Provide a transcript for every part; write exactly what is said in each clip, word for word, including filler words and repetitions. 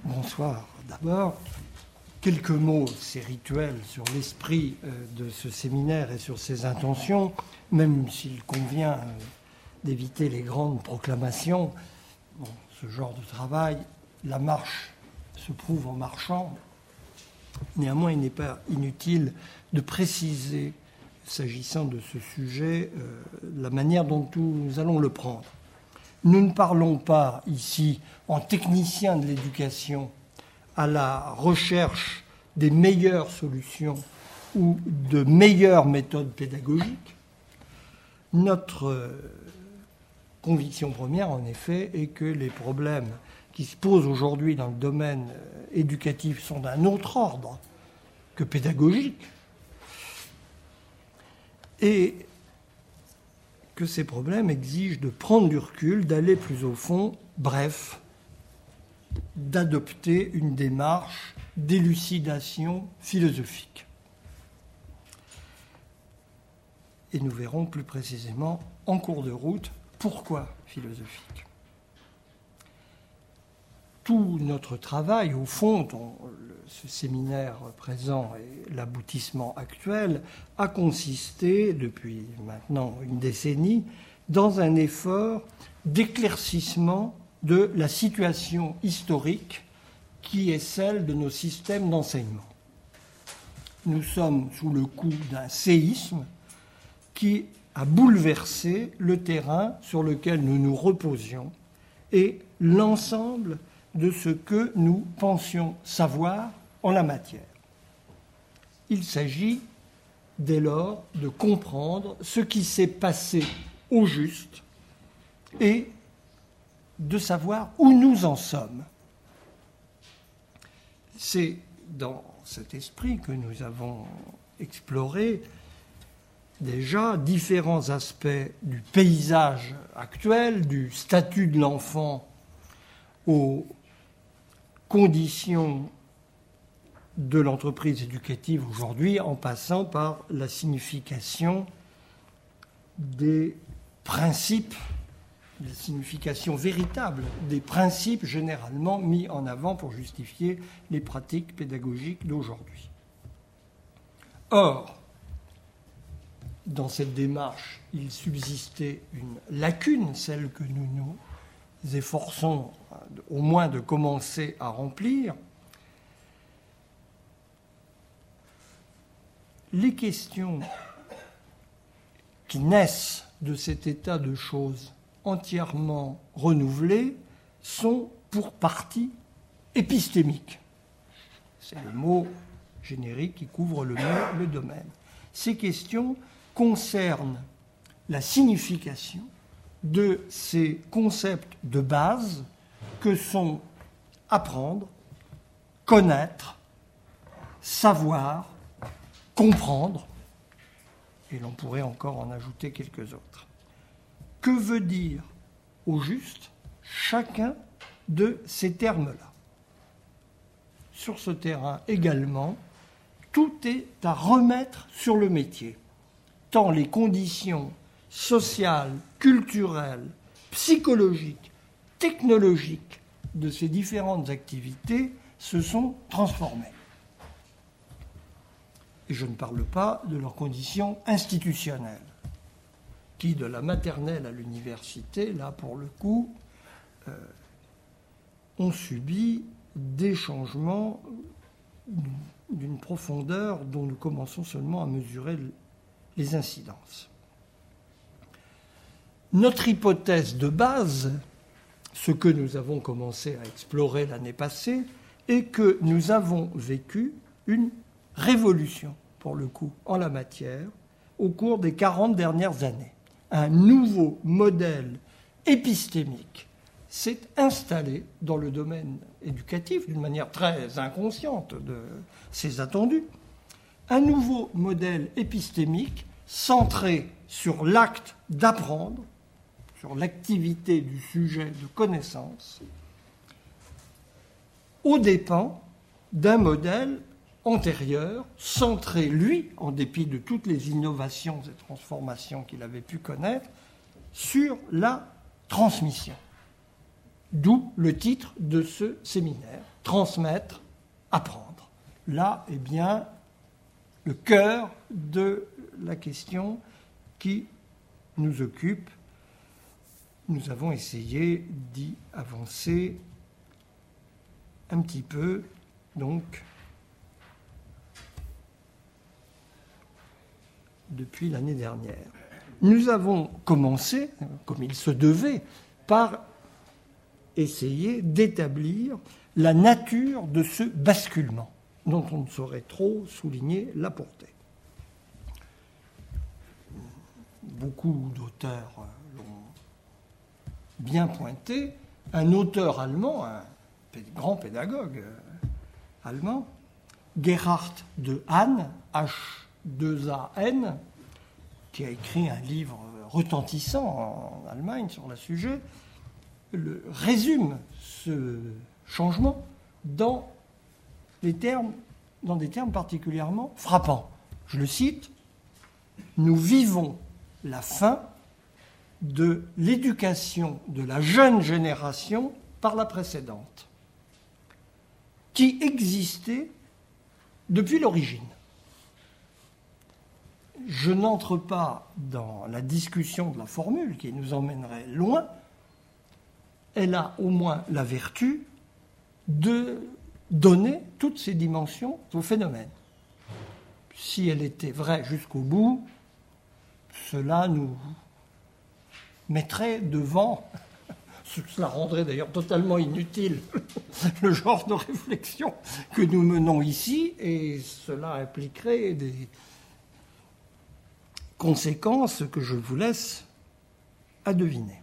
Bonsoir d'abord. Quelques mots, c'est rituel, sur l'esprit de ce séminaire et sur ses intentions, même s'il convient d'éviter les grandes proclamations. Bon, ce genre de travail, la marche se prouve en marchant. Néanmoins, il n'est pas inutile de préciser, s'agissant de ce sujet, euh, la manière dont nous allons le prendre. Nous ne parlons pas ici, en technicien de l'éducation, à la recherche des meilleures solutions ou de meilleures méthodes pédagogiques. Notre conviction première, en effet, est que les problèmes qui se posent aujourd'hui dans le domaine éducatif sont d'un autre ordre que pédagogique, et que ces problèmes exigent de prendre du recul, d'aller plus au fond, bref, d'adopter une démarche d'élucidation philosophique. Et nous verrons plus précisément, en cours de route, pourquoi philosophique. Tout notre travail, au fond, dont ce séminaire présent est l'aboutissement actuel, a consisté, depuis maintenant une décennie, dans un effort d'éclaircissement de la situation historique qui est celle de nos systèmes d'enseignement. Nous sommes sous le coup d'un séisme qui a bouleversé le terrain sur lequel nous nous reposions et l'ensemble de ce que nous pensions savoir en la matière. Il s'agit dès lors de comprendre ce qui s'est passé au juste et de savoir où nous en sommes. C'est dans cet esprit que nous avons exploré déjà différents aspects du paysage actuel, du statut de l'enfant aux conditions de l'entreprise éducative aujourd'hui, en passant par la signification des principes, la signification véritable des principes généralement mis en avant pour justifier les pratiques pédagogiques d'aujourd'hui. Or, dans cette démarche, il subsistait une lacune, celle que nous nous efforçons au moins de commencer à remplir. Les questions qui naissent de cet état de choses entièrement renouvelé sont pour partie épistémiques. C'est le mot générique qui couvre le, mot, le domaine. Ces questions concernent la signification de ces concepts de base que sont apprendre, connaître, savoir, comprendre, et l'on pourrait encore en ajouter quelques autres. Que veut dire, au juste, chacun de ces termes-là? Sur ce terrain également, tout est à remettre sur le métier, tant les conditions sociales, culturelles, psychologiques, technologiques de ces différentes activités se sont transformées. Et je ne parle pas de leurs conditions institutionnelles, qui, de la maternelle à l'université, là, pour le coup, euh, ont subi des changements d'une profondeur dont nous commençons seulement à mesurer les incidences. Notre hypothèse de base, ce que nous avons commencé à explorer l'année passée, est que nous avons vécu une révolution, pour le coup, en la matière, au cours des quarante dernières années. Un nouveau modèle épistémique s'est installé dans le domaine éducatif d'une manière très inconsciente de ses attendus. Un nouveau modèle épistémique centré sur l'acte d'apprendre, sur l'activité du sujet de connaissance, aux dépens d'un modèle antérieur, centré, lui, en dépit de toutes les innovations et transformations qu'il avait pu connaître, sur la transmission. D'où le titre de ce séminaire, « Transmettre, apprendre ». Là, eh bien, le cœur de la question qui nous occupe. Nous avons essayé d'y avancer un petit peu, donc, depuis l'année dernière. Nous avons commencé, comme il se devait, par essayer d'établir la nature de ce basculement, dont on ne saurait trop souligner la portée. Beaucoup d'auteurs l'ont bien pointé. Un auteur allemand, un grand pédagogue allemand, Gerhard de Hahn, H deux A N, qui a écrit un livre retentissant en Allemagne sur le sujet, le, résume ce changement dans, les termes, dans des termes particulièrement frappants. Je le cite, « Nous vivons la fin de l'éducation de la jeune génération par la précédente, qui existait depuis l'origine. Je n'entre pas dans la discussion de la formule qui nous emmènerait loin. Elle a au moins la vertu de donner toutes ces dimensions au phénomène. Si elle était vraie jusqu'au bout, cela nous mettrait devant, cela rendrait d'ailleurs totalement inutile le genre de réflexion que nous menons ici, et cela impliquerait des conséquences que je vous laisse à deviner.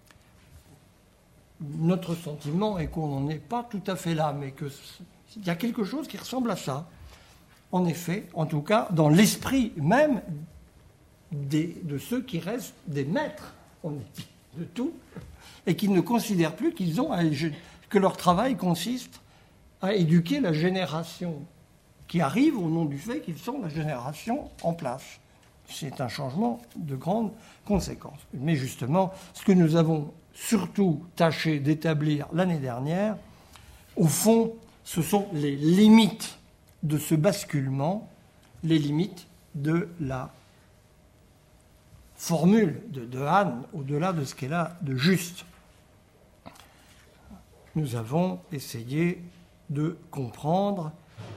Notre sentiment est qu'on n'en est pas tout à fait là, mais qu'il y a quelque chose qui ressemble à ça. En effet, en tout cas, dans l'esprit même des, de ceux qui restent des maîtres de tout, et qui ne considèrent plus qu'ils ont à, que leur travail consiste à éduquer la génération qui arrive au nom du fait qu'ils sont la génération en place. C'est un changement de grande conséquence. Mais justement, ce que nous avons surtout tâché d'établir l'année dernière, au fond, ce sont les limites de ce basculement, les limites de la formule de, de Hahn, au-delà de ce qu'elle a de juste. Nous avons essayé de comprendre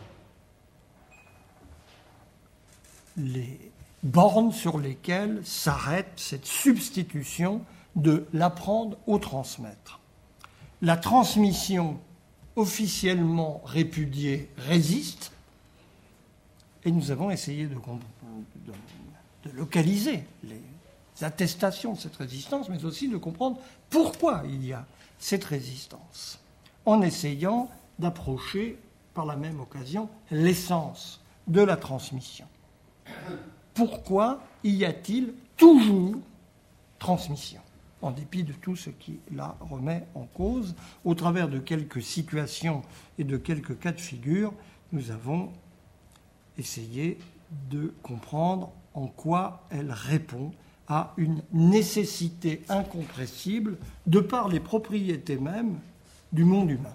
les bornes sur lesquelles s'arrête cette substitution de l'apprendre au transmettre. La transmission officiellement répudiée résiste, et nous avons essayé de, de, de localiser les attestations de cette résistance, mais aussi de comprendre pourquoi il y a cette résistance, en essayant d'approcher par la même occasion l'essence de la transmission. Pourquoi y a-t-il toujours transmission, en dépit de tout ce qui la remet en cause? Au travers de quelques situations et de quelques cas de figure, nous avons essayé de comprendre en quoi elle répond à une nécessité incompressible de par les propriétés mêmes du monde humain.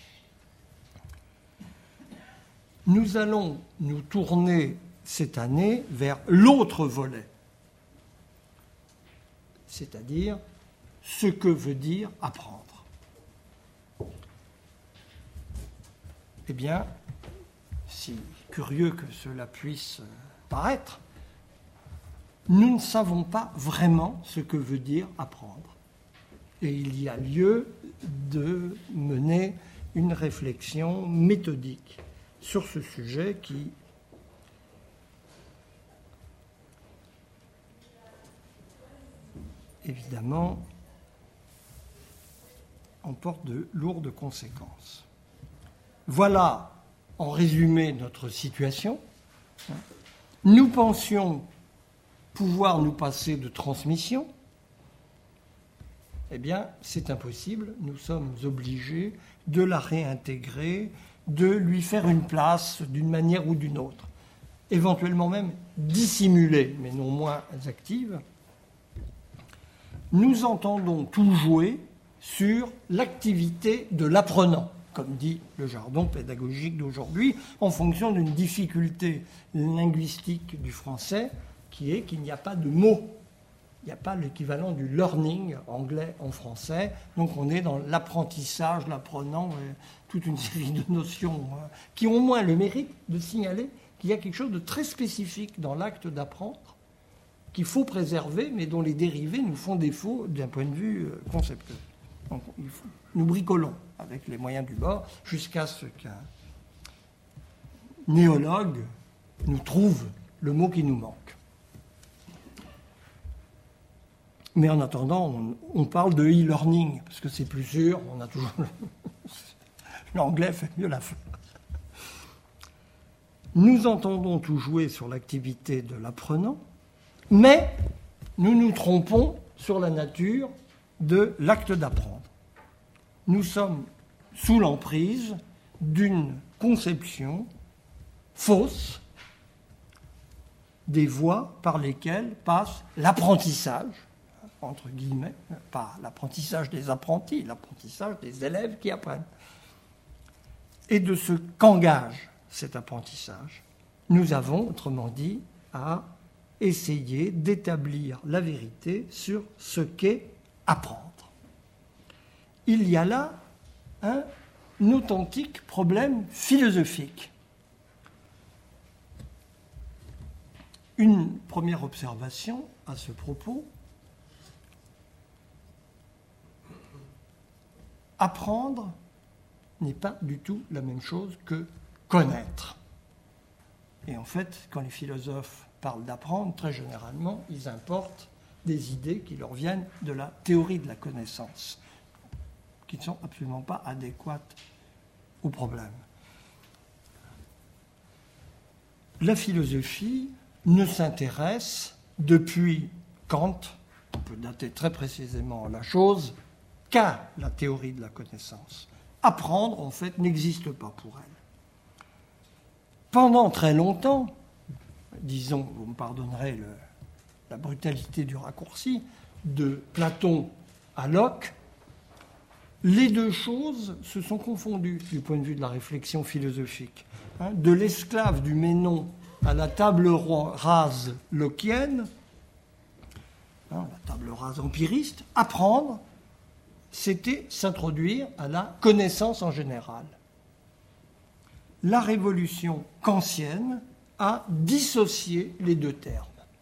Nous allons nous tourner cette année vers l'autre volet, c'est-à-dire ce que veut dire apprendre. Eh bien, si curieux que cela puisse paraître, nous ne savons pas vraiment ce que veut dire apprendre. Et il y a lieu de mener une réflexion méthodique sur ce sujet qui évidemment emporte de lourdes conséquences. Voilà, en résumé, notre situation. Nous pensions pouvoir nous passer de transmission. Eh bien, c'est impossible. Nous sommes obligés de la réintégrer, de lui faire une place d'une manière ou d'une autre, éventuellement même dissimulée, mais non moins active. Nous entendons tout jouer sur l'activité de l'apprenant, comme dit le jargon pédagogique d'aujourd'hui, en fonction d'une difficulté linguistique du français, qui est qu'il n'y a pas de mot. Il n'y a pas l'équivalent du learning anglais en français. Donc on est dans l'apprentissage, l'apprenant, euh, toute une série de notions euh, qui ont au moins le mérite de signaler qu'il y a quelque chose de très spécifique dans l'acte d'apprendre, qu'il faut préserver, mais dont les dérivés nous font défaut d'un point de vue euh, conceptuel. Donc il faut, nous bricolons avec les moyens du bord jusqu'à ce qu'un néologue nous trouve le mot qui nous manque. Mais en attendant, on, on parle de e-learning, parce que c'est plus sûr, on a toujours... L'anglais fait mieux l'affaire. Nous entendons tout jouer sur l'activité de l'apprenant, mais nous nous trompons sur la nature de l'acte d'apprendre. Nous sommes sous l'emprise d'une conception fausse des voies par lesquelles passe l'apprentissage, entre guillemets, pas l'apprentissage des apprentis, l'apprentissage des élèves qui apprennent. Et de ce qu'engage cet apprentissage, nous avons, autrement dit, à essayer d'établir la vérité sur ce qu'est apprendre. Il y a là un, un authentique problème philosophique. Une première observation à ce propos: apprendre n'est pas du tout la même chose que connaître. Et en fait, quand les philosophes parlent d'apprendre, très généralement, ils importent des idées qui leur viennent de la théorie de la connaissance, qui ne sont absolument pas adéquates au problème. La philosophie ne s'intéresse, depuis Kant, on peut dater très précisément la chose, qu'à la théorie de la connaissance. Apprendre, en fait, n'existe pas pour elle. Pendant très longtemps, disons, vous me pardonnerez le, la brutalité du raccourci, de Platon à Locke, les deux choses se sont confondues du point de vue de la réflexion philosophique. Hein, de l'esclave du Ménon à la table rase lockienne, hein, la table rase empiriste, apprendre, c'était s'introduire à la connaissance en général. La révolution kantienne a dissocié les deux termes.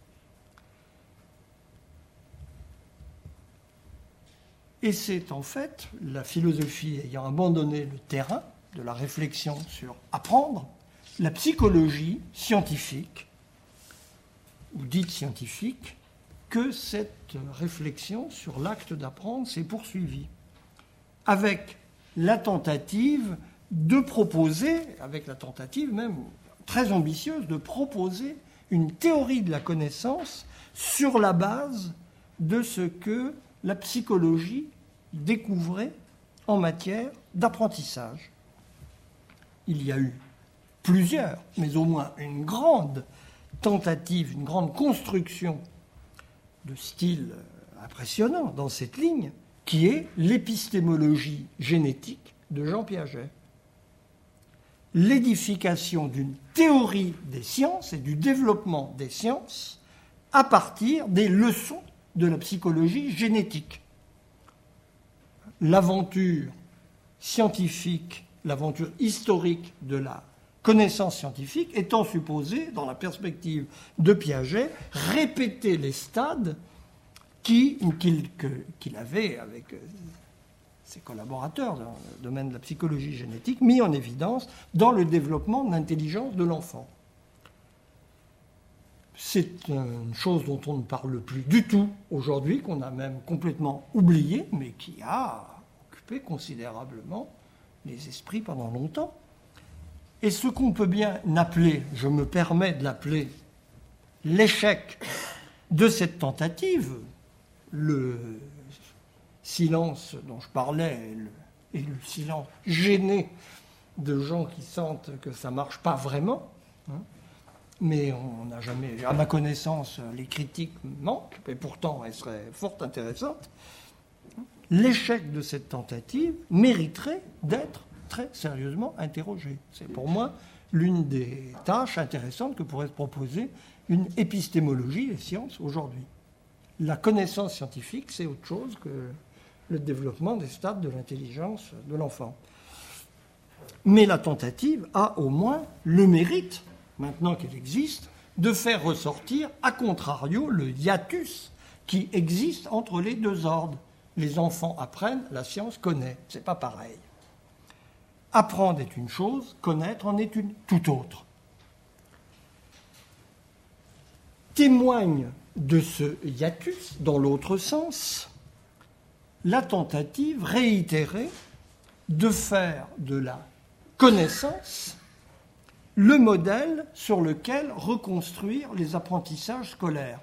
Et c'est en fait la philosophie ayant abandonné le terrain de la réflexion sur apprendre, la psychologie scientifique, ou dite scientifique, que cette réflexion sur l'acte d'apprendre s'est poursuivie, avec la tentative de proposer, avec la tentative même très ambitieuse, de proposer une théorie de la connaissance sur la base de ce que la psychologie découvrait en matière d'apprentissage. Il y a eu plusieurs, mais au moins une grande tentative, une grande construction de style impressionnant dans cette ligne, qui est l'épistémologie génétique de Jean Piaget. L'édification d'une théorie des sciences et du développement des sciences à partir des leçons de la psychologie génétique. L'aventure scientifique, l'aventure historique de la connaissance scientifique étant supposée, dans la perspective de Piaget, répéter les stades qui, qu'il, que, qu'il avait avec ses collaborateurs dans le domaine de la psychologie génétique, mis en évidence dans le développement de l'intelligence de l'enfant. C'est une chose dont on ne parle plus du tout aujourd'hui, qu'on a même complètement oublié, mais qui a occupé considérablement les esprits pendant longtemps. Et ce qu'on peut bien appeler, je me permets de l'appeler, l'échec de cette tentative, le silence dont je parlais et le, et le silence gêné de gens qui sentent que ça ne marche pas vraiment, hein, mais on n'a jamais, à ma connaissance, les critiques manquent, et pourtant elles seraient fort intéressantes. l'échec de cette tentative mériterait d'être très sérieusement interrogé. C'est pour moi l'une des tâches intéressantes que pourrait se proposer une épistémologie des sciences aujourd'hui. La connaissance scientifique, c'est autre chose que le développement des stades de l'intelligence de l'enfant. Mais la tentative a au moins le mérite, maintenant qu'elle existe, de faire ressortir, à contrario, le hiatus qui existe entre les deux ordres. Les enfants apprennent, la science connaît. C'est pas pareil. Apprendre est une chose, connaître en est une tout autre. Témoigne de ce hiatus, dans l'autre sens, la tentative réitérée de faire de la connaissance le modèle sur lequel reconstruire les apprentissages scolaires.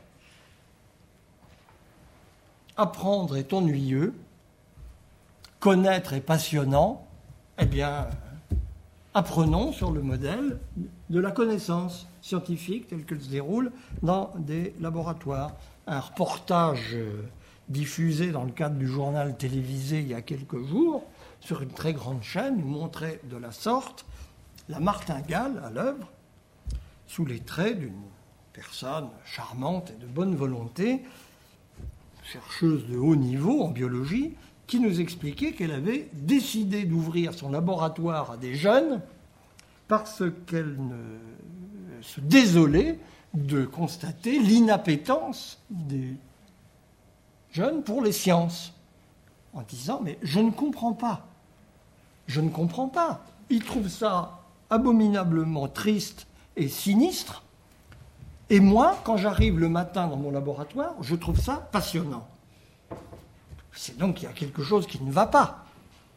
Apprendre est ennuyeux, connaître est passionnant, eh bien, apprenons sur le modèle de la connaissance scientifique telle qu'elle se déroule dans des laboratoires. Un reportage diffusé dans le cadre du journal télévisé il y a quelques jours sur une très grande chaîne nous montrait de la sorte la martingale à l'œuvre sous les traits d'une personne charmante et de bonne volonté, chercheuse de haut niveau en biologie, qui nous expliquait qu'elle avait décidé d'ouvrir son laboratoire à des jeunes parce qu'elle ne se désolait de constater l'inappétence des jeunes pour les sciences, en disant « mais je ne comprends pas, je ne comprends pas ». Ils trouvent ça abominablement triste et sinistre, et moi, quand j'arrive le matin dans mon laboratoire, je trouve ça passionnant. C'est donc qu'il y a quelque chose qui ne va pas.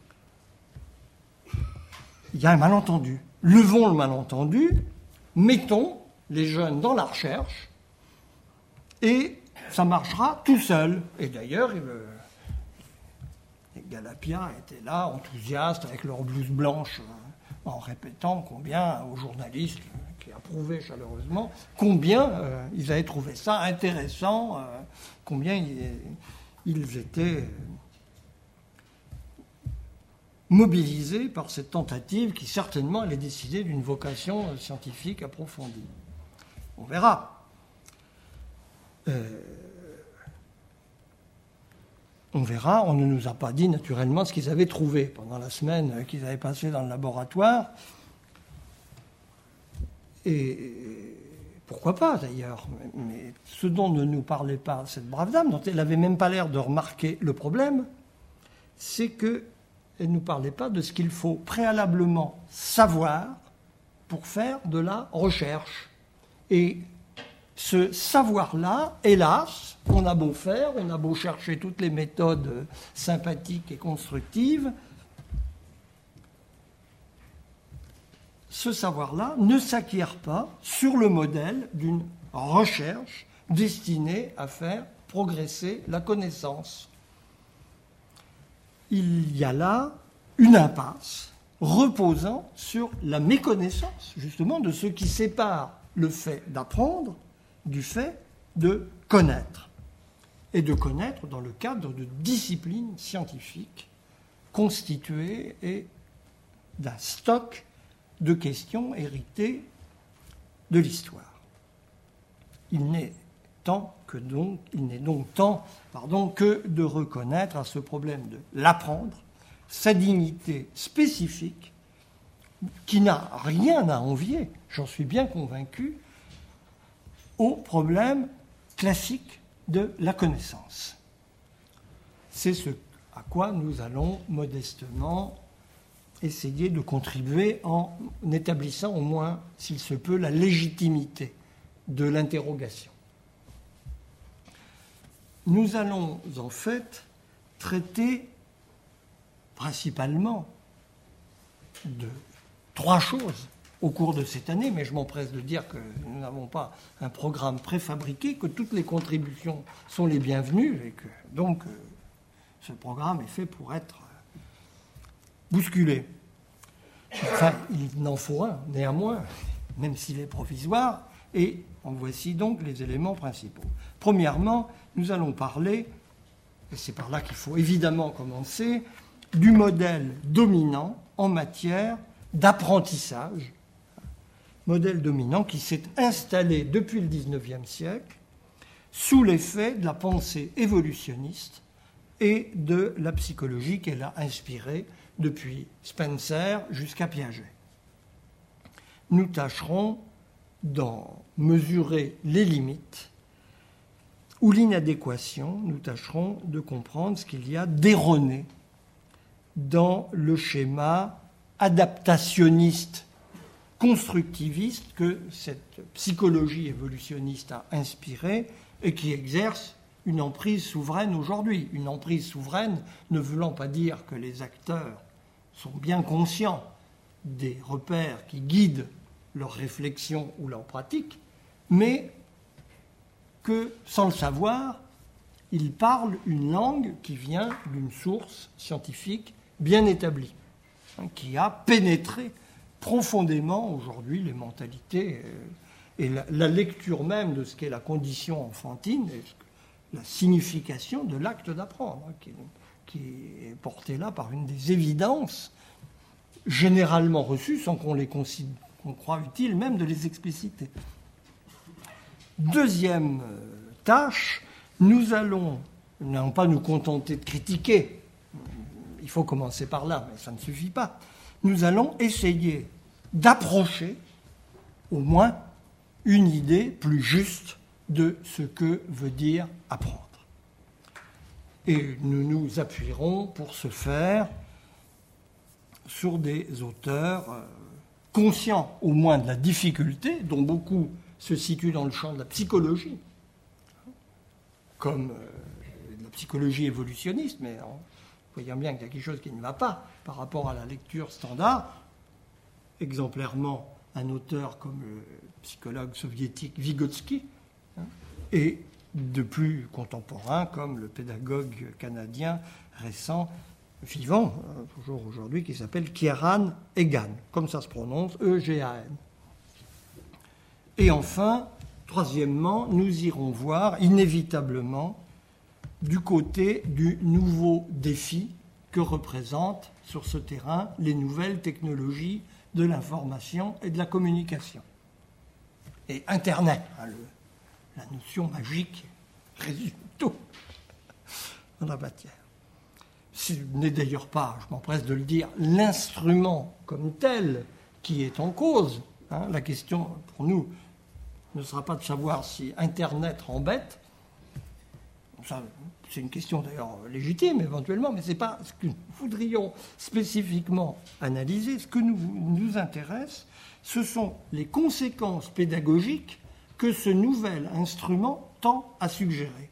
Il y a un malentendu. Levons le malentendu, mettons les jeunes dans la recherche, et ça marchera tout seul. Et d'ailleurs, les Galapia étaient là, enthousiastes, avec leurs blouses blanches, en répétant combien, aux journalistes qui approuvaient chaleureusement, combien euh, ils avaient trouvé ça intéressant, euh, combien ils, ils étaient mobilisés par cette tentative qui certainement allait décider d'une vocation scientifique approfondie. On verra. Euh, on verra, on ne nous a pas dit naturellement ce qu'ils avaient trouvé pendant la semaine qu'ils avaient passée dans le laboratoire. Et pourquoi pas d'ailleurs, mais ce dont ne nous parlait pas cette brave dame, dont elle n'avait même pas l'air de remarquer le problème, c'est qu'elle ne nous parlait pas de ce qu'il faut préalablement savoir pour faire de la recherche. Et ce savoir-là, hélas, on a beau faire, on a beau chercher toutes les méthodes sympathiques et constructives, ce savoir-là ne s'acquiert pas sur le modèle d'une recherche destinée à faire progresser la connaissance. Il y a là une impasse reposant sur la méconnaissance, justement, de ce qui sépare le fait d'apprendre du fait de connaître. Et de connaître dans le cadre de disciplines scientifiques constituées et d'un stock de questions héritées de l'histoire. Il n'est temps que donc, il n'est donc temps pardon, que de reconnaître à ce problème de l'apprendre sa dignité spécifique qui n'a rien à envier, j'en suis bien convaincu, au problème classique de la connaissance. C'est ce à quoi nous allons modestement essayer de contribuer en établissant au moins, s'il se peut, la légitimité de l'interrogation. Nous allons en fait traiter principalement de trois choses au cours de cette année, mais je m'empresse de dire que nous n'avons pas un programme préfabriqué, que toutes les contributions sont les bienvenues et que donc ce programme est fait pour être bousculé. Enfin, il n'en faut un, néanmoins, même s'il est provisoire, et en voici donc les éléments principaux. Premièrement, nous allons parler et c'est par là qu'il faut évidemment commencer, du modèle dominant en matière d'apprentissage, modèle dominant qui s'est installé depuis le dix-neuvième siècle sous l'effet de la pensée évolutionniste et de la psychologie qu'elle a inspirée depuis Spencer jusqu'à Piaget. Nous tâcherons d'en mesurer les limites ou l'inadéquation, nous tâcherons de comprendre ce qu'il y a d'erroné dans le schéma adaptationniste, constructiviste que cette psychologie évolutionniste a inspiré et qui exerce une emprise souveraine aujourd'hui. Une emprise souveraine ne voulant pas dire que les acteurs sont bien conscients des repères qui guident leur réflexion ou leur pratique, mais que, sans le savoir, ils parlent une langue qui vient d'une source scientifique bien établie, hein, qui a pénétré profondément aujourd'hui les mentalités euh, et la, la lecture même de ce qu'est la condition enfantine et la signification de l'acte d'apprendre, hein, qui, qui est portée là par une des évidences généralement reçues sans qu'on les considère, qu'on croit utile même de les expliciter. Deuxième tâche, nous allons, nous n'allons pas nous contenter de critiquer, il faut commencer par là, mais ça ne suffit pas. Nous allons essayer d'approcher au moins une idée plus juste de ce que veut dire apprendre. Et nous nous appuierons pour ce faire sur des auteurs conscients au moins de la difficulté, dont beaucoup se situent dans le champ de la psychologie, comme euh, de la psychologie évolutionniste, mais en voyant bien qu'il y a quelque chose qui ne va pas par rapport à la lecture standard, exemplairement un auteur comme le psychologue soviétique Vygotsky, hein, et de plus contemporains comme le pédagogue canadien récent, vivant, euh, toujours aujourd'hui, qui s'appelle Kieran Egan, comme ça se prononce, E G A N. Et enfin, troisièmement, nous irons voir inévitablement du côté du nouveau défi que représentent sur ce terrain les nouvelles technologies de l'information et de la communication. Et Internet, hein, le, la notion magique résume tout en la matière. Ce n'est d'ailleurs pas, je m'empresse de le dire, l'instrument comme tel qui est en cause. Hein, la question pour nous ne sera pas de savoir si Internet embête. Ça, c'est une question d'ailleurs légitime éventuellement, mais ce n'est pas ce que nous voudrions spécifiquement analyser. Ce que nous, nous intéresse, ce sont les conséquences pédagogiques que ce nouvel instrument tend à suggérer.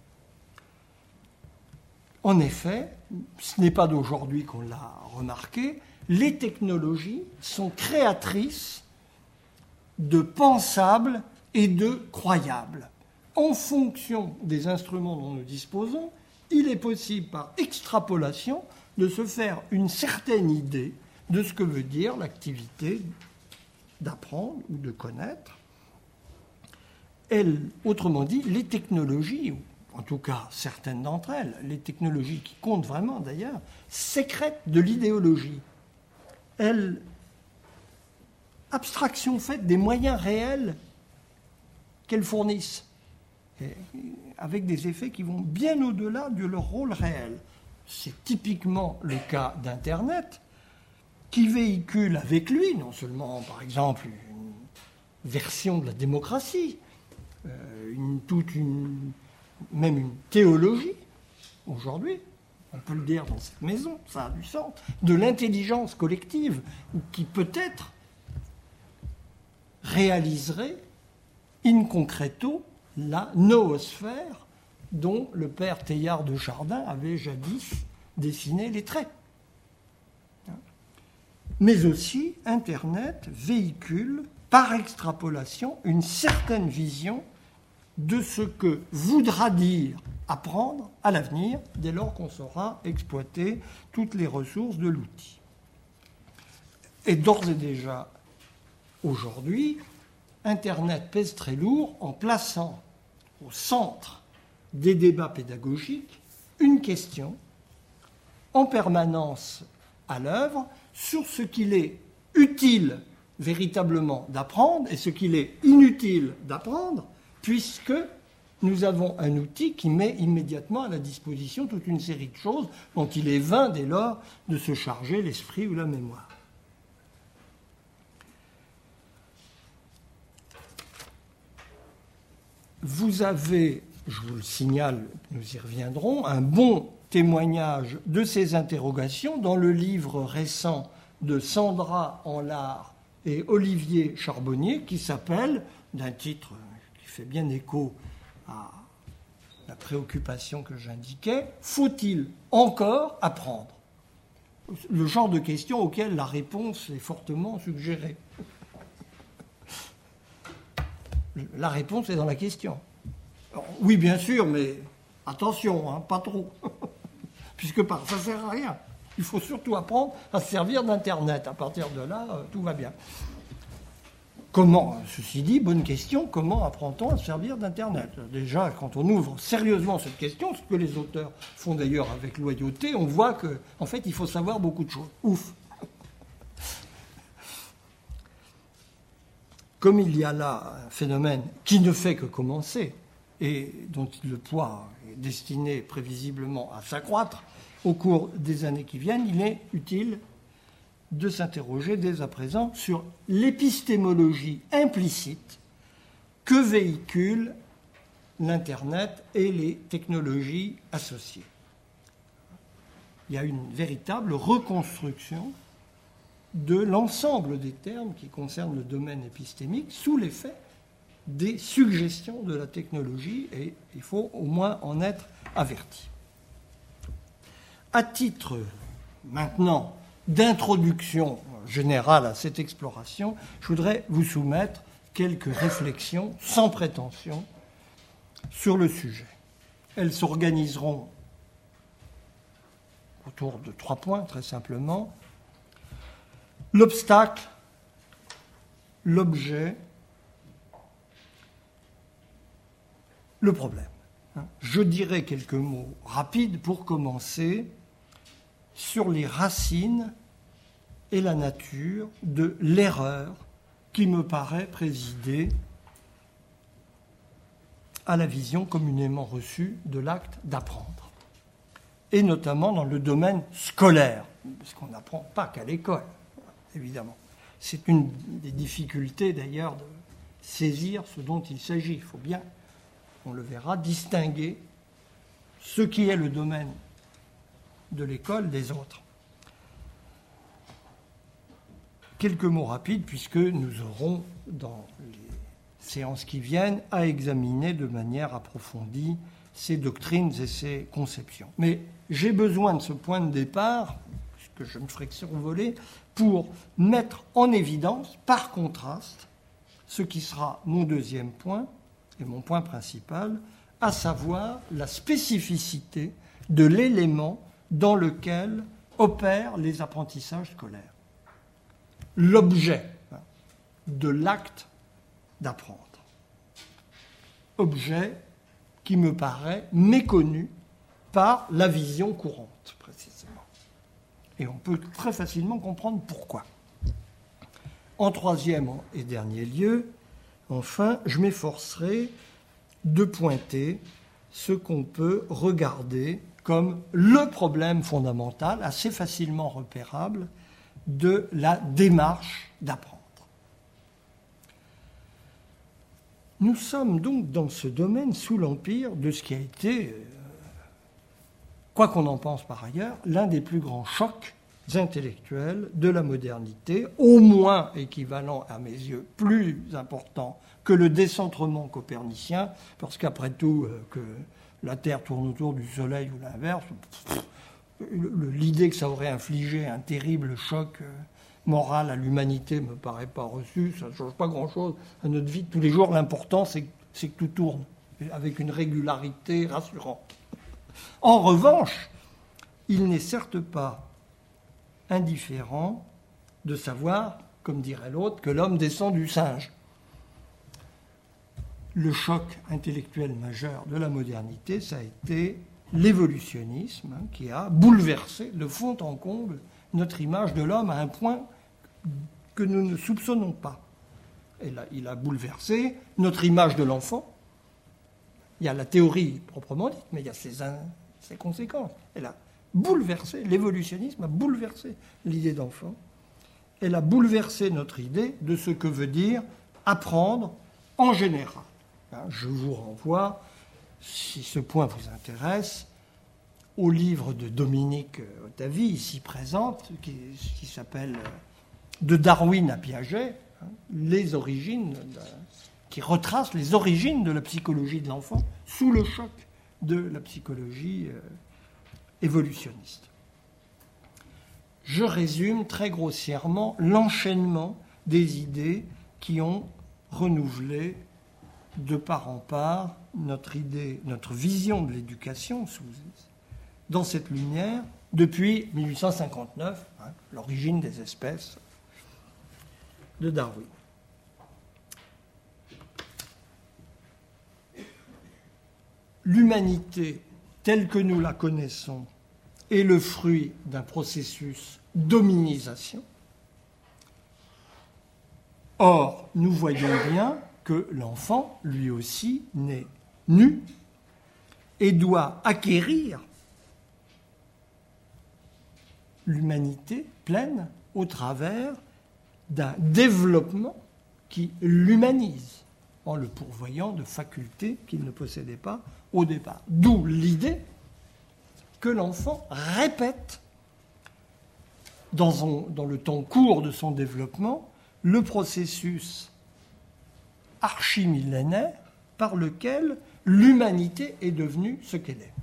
En effet, ce n'est pas d'aujourd'hui qu'on l'a remarqué, les technologies sont créatrices de pensables et de croyables. En fonction des instruments dont nous disposons, il est possible, par extrapolation, de se faire une certaine idée de ce que veut dire l'activité d'apprendre ou de connaître. Elle, autrement dit, les technologies, ou en tout cas certaines d'entre elles, les technologies qui comptent vraiment d'ailleurs, sécrètent de l'idéologie. Elles, abstraction faite des moyens réels qu'elles fournissent, et avec des effets qui vont bien au-delà de leur rôle réel. C'est typiquement le cas d'Internet, qui véhicule avec lui, non seulement, par exemple, une version de la démocratie, euh, une, toute une, même une théologie, aujourd'hui, on peut le dire dans cette maison, ça a du sens, de l'intelligence collective, ou qui peut-être réaliserait in concreto la noosphère dont le père Teilhard de Chardin avait jadis dessiné les traits. Mais aussi, Internet véhicule par extrapolation une certaine vision de ce que voudra dire apprendre à l'avenir, dès lors qu'on saura exploiter toutes les ressources de l'outil. Et d'ores et déjà, aujourd'hui, Internet pèse très lourd en plaçant au centre des débats pédagogiques une question en permanence à l'œuvre sur ce qu'il est utile véritablement d'apprendre et ce qu'il est inutile d'apprendre, puisque nous avons un outil qui met immédiatement à la disposition toute une série de choses dont il est vain dès lors de se charger l'esprit ou la mémoire. Vous avez, je vous le signale, nous y reviendrons, un bon témoignage de ces interrogations dans le livre récent de Sandra Anlard et Olivier Charbonnier, qui s'appelle, d'un titre qui fait bien écho à la préoccupation que j'indiquais, « Faut-il encore apprendre ?» Le genre de question auquel la réponse est fortement suggérée. La réponse est dans la question. Alors, oui, bien sûr, mais attention, hein, pas trop. Puisque par, ça ne sert à rien. Il faut surtout apprendre à se servir d'Internet. À partir de là, euh, tout va bien. Comment, ceci dit, bonne question, comment apprend-on à se servir d'Internet? Déjà, quand on ouvre sérieusement cette question, ce que les auteurs font d'ailleurs avec loyauté, on voit qu'en en fait, il faut savoir beaucoup de choses. Ouf. Comme il y a là un phénomène qui ne fait que commencer et dont le poids est destiné prévisiblement à s'accroître au cours des années qui viennent, il est utile de s'interroger dès à présent sur l'épistémologie implicite que véhicule l'Internet et les technologies associées. Il y a une véritable reconstruction de l'ensemble des termes qui concernent le domaine épistémique sous l'effet des suggestions de la technologie, et il faut au moins en être averti. À titre maintenant d'introduction générale à cette exploration, je voudrais vous soumettre quelques réflexions sans prétention sur le sujet. Elles s'organiseront autour de trois points, très simplement. L'obstacle, l'objet, le problème. Je dirais quelques mots rapides pour commencer sur les racines et la nature de l'erreur qui me paraît présider à la vision communément reçue de l'acte d'apprendre, et notamment dans le domaine scolaire, parce qu'on n'apprend pas qu'à l'école, évidemment. C'est une des difficultés d'ailleurs de saisir ce dont il s'agit. Il faut bien, on le verra, distinguer ce qui est le domaine de l'école des autres. Quelques mots rapides, puisque nous aurons, dans les séances qui viennent, à examiner de manière approfondie ces doctrines et ces conceptions. Mais j'ai besoin de ce point de départ, puisque je ne ferai que survoler, pour mettre en évidence, par contraste, ce qui sera mon deuxième point, et mon point principal, à savoir la spécificité de l'élément dans lequel opèrent les apprentissages scolaires. L'objet de l'acte d'apprendre. Objet qui me paraît méconnu par la vision courante, précisément. Et on peut très facilement comprendre pourquoi. En troisième et dernier lieu, enfin, je m'efforcerai de pointer ce qu'on peut regarder comme le problème fondamental, assez facilement repérable, de la démarche d'apprendre. Nous sommes donc dans ce domaine sous l'empire de ce qui a été, quoi qu'on en pense par ailleurs, l'un des plus grands chocs intellectuels de la modernité, au moins équivalent à mes yeux, plus important que le décentrement copernicien, parce qu'après tout, que la Terre tourne autour du Soleil ou l'inverse, l'idée que ça aurait infligé un terrible choc moral à l'humanité ne me paraît pas reçue, ça ne change pas grand-chose à notre vie de tous les jours. L'important, c'est, c'est que tout tourne avec une régularité rassurante. En revanche, il n'est certes pas indifférent de savoir, comme dirait l'autre, que l'homme descend du singe. Le choc intellectuel majeur de la modernité, ça a été l'évolutionnisme, hein, qui a bouleversé de fond en comble notre image de l'homme à un point que nous ne soupçonnons pas. Et là, il a bouleversé notre image de l'enfant. Il y a la théorie proprement dite, mais il y a ses, in, ses conséquences. Elle a bouleversé, l'évolutionnisme a bouleversé l'idée d'enfant. Elle a bouleversé notre idée de ce que veut dire apprendre en général. Je vous renvoie, si ce point vous intéresse, au livre de Dominique Ottavi, ici présente, qui, qui s'appelle « De Darwin à Piaget », hein, les origines, de, qui retrace les origines de la psychologie de l'enfant sous le choc de la psychologie euh, évolutionniste. Je résume très grossièrement l'enchaînement des idées qui ont renouvelé de part en part notre idée, notre vision de l'éducation sous, dans cette lumière depuis mille huit cent cinquante-neuf, hein, l'origine des espèces de Darwin. L'humanité telle que nous la connaissons est le fruit d'un processus d'hominisation. Or, nous voyons bien que l'enfant, lui aussi, naît nu et doit acquérir l'humanité pleine au travers d'un développement qui l'humanise, en le pourvoyant de facultés qu'il ne possédait pas au départ. D'où l'idée que l'enfant répète dans, son, dans le temps court de son développement le processus archimillénaire par lequel l'humanité est devenue ce qu'elle est.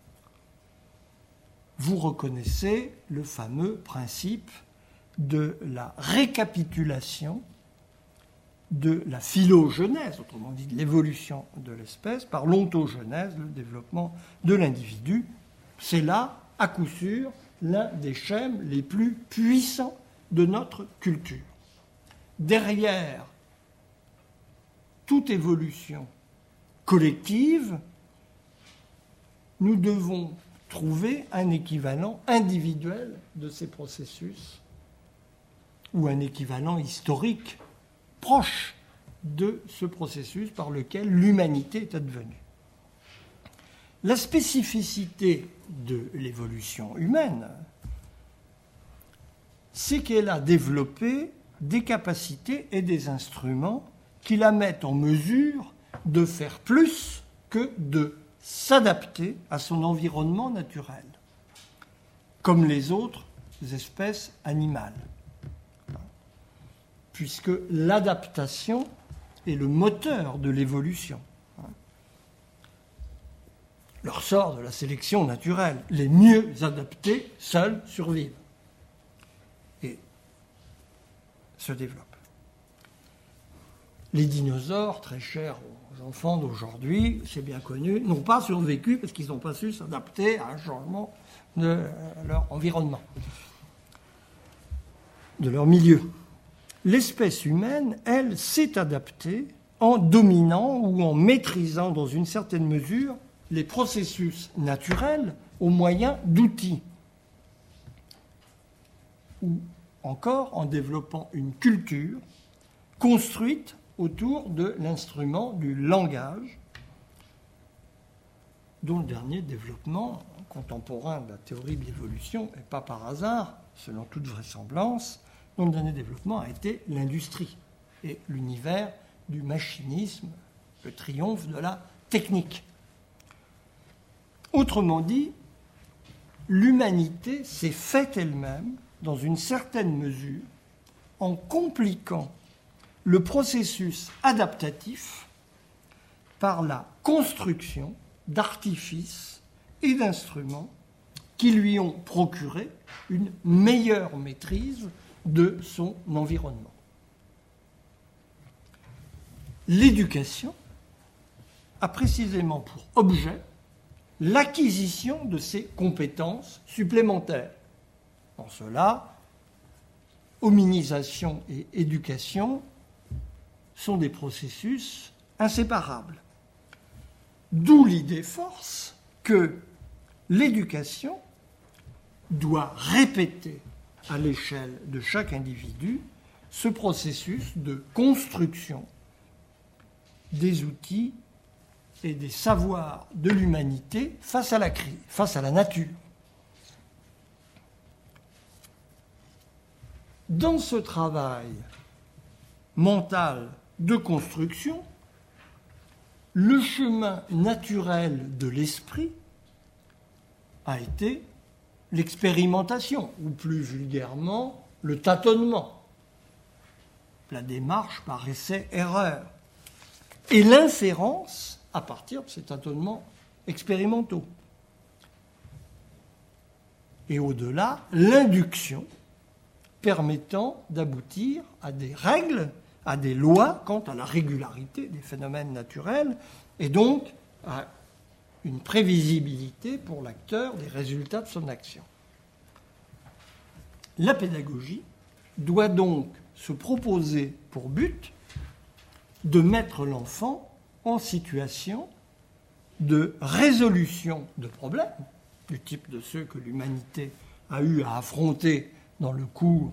Vous reconnaissez le fameux principe de la récapitulation de la phylogenèse, autrement dit de l'évolution de l'espèce, par l'ontogenèse, le développement de l'individu. C'est là, à coup sûr, l'un des schèmes les plus puissants de notre culture. Derrière toute évolution collective, nous devons trouver un équivalent individuel de ces processus ou un équivalent historique proche de ce processus par lequel l'humanité est advenue. La spécificité de l'évolution humaine, c'est qu'elle a développé des capacités et des instruments qui la mettent en mesure de faire plus que de s'adapter à son environnement naturel, comme les autres espèces animales, puisque l'adaptation est le moteur de l'évolution. Le ressort de la sélection naturelle, les mieux adaptés seuls survivent et se développent. Les dinosaures, très chers aux enfants d'aujourd'hui, c'est bien connu, n'ont pas survécu parce qu'ils n'ont pas su s'adapter à un changement de leur environnement, de leur milieu. L'espèce humaine, elle, s'est adaptée en dominant ou en maîtrisant dans une certaine mesure les processus naturels au moyen d'outils, ou encore en développant une culture construite autour de l'instrument du langage, dont le dernier développement contemporain de la théorie de l'évolution, et pas par hasard, selon toute vraisemblance, dont le dernier développement a été l'industrie et l'univers du machinisme, le triomphe de la technique. Autrement dit, l'humanité s'est faite elle-même, dans une certaine mesure, en compliquant le processus adaptatif par la construction d'artifices et d'instruments qui lui ont procuré une meilleure maîtrise de son environnement. L'éducation a précisément pour objet l'acquisition de ces compétences supplémentaires. En cela, hominisation et éducation sont des processus inséparables. D'où l'idée force que l'éducation doit répéter à l'échelle de chaque individu ce processus de construction des outils et des savoirs de l'humanité face à la crise, face à la nature. Dans ce travail mental de construction, le chemin naturel de l'esprit a été l'expérimentation, ou plus vulgairement, le tâtonnement, la démarche par essai-erreur, et l'inférence à partir de ces tâtonnements expérimentaux. Et au-delà, l'induction permettant d'aboutir à des règles, à des lois quant à la régularité des phénomènes naturels, et donc à une prévisibilité pour l'acteur des résultats de son action. La pédagogie doit donc se proposer pour but de mettre l'enfant en situation de résolution de problèmes, du type de ceux que l'humanité a eu à affronter dans le cours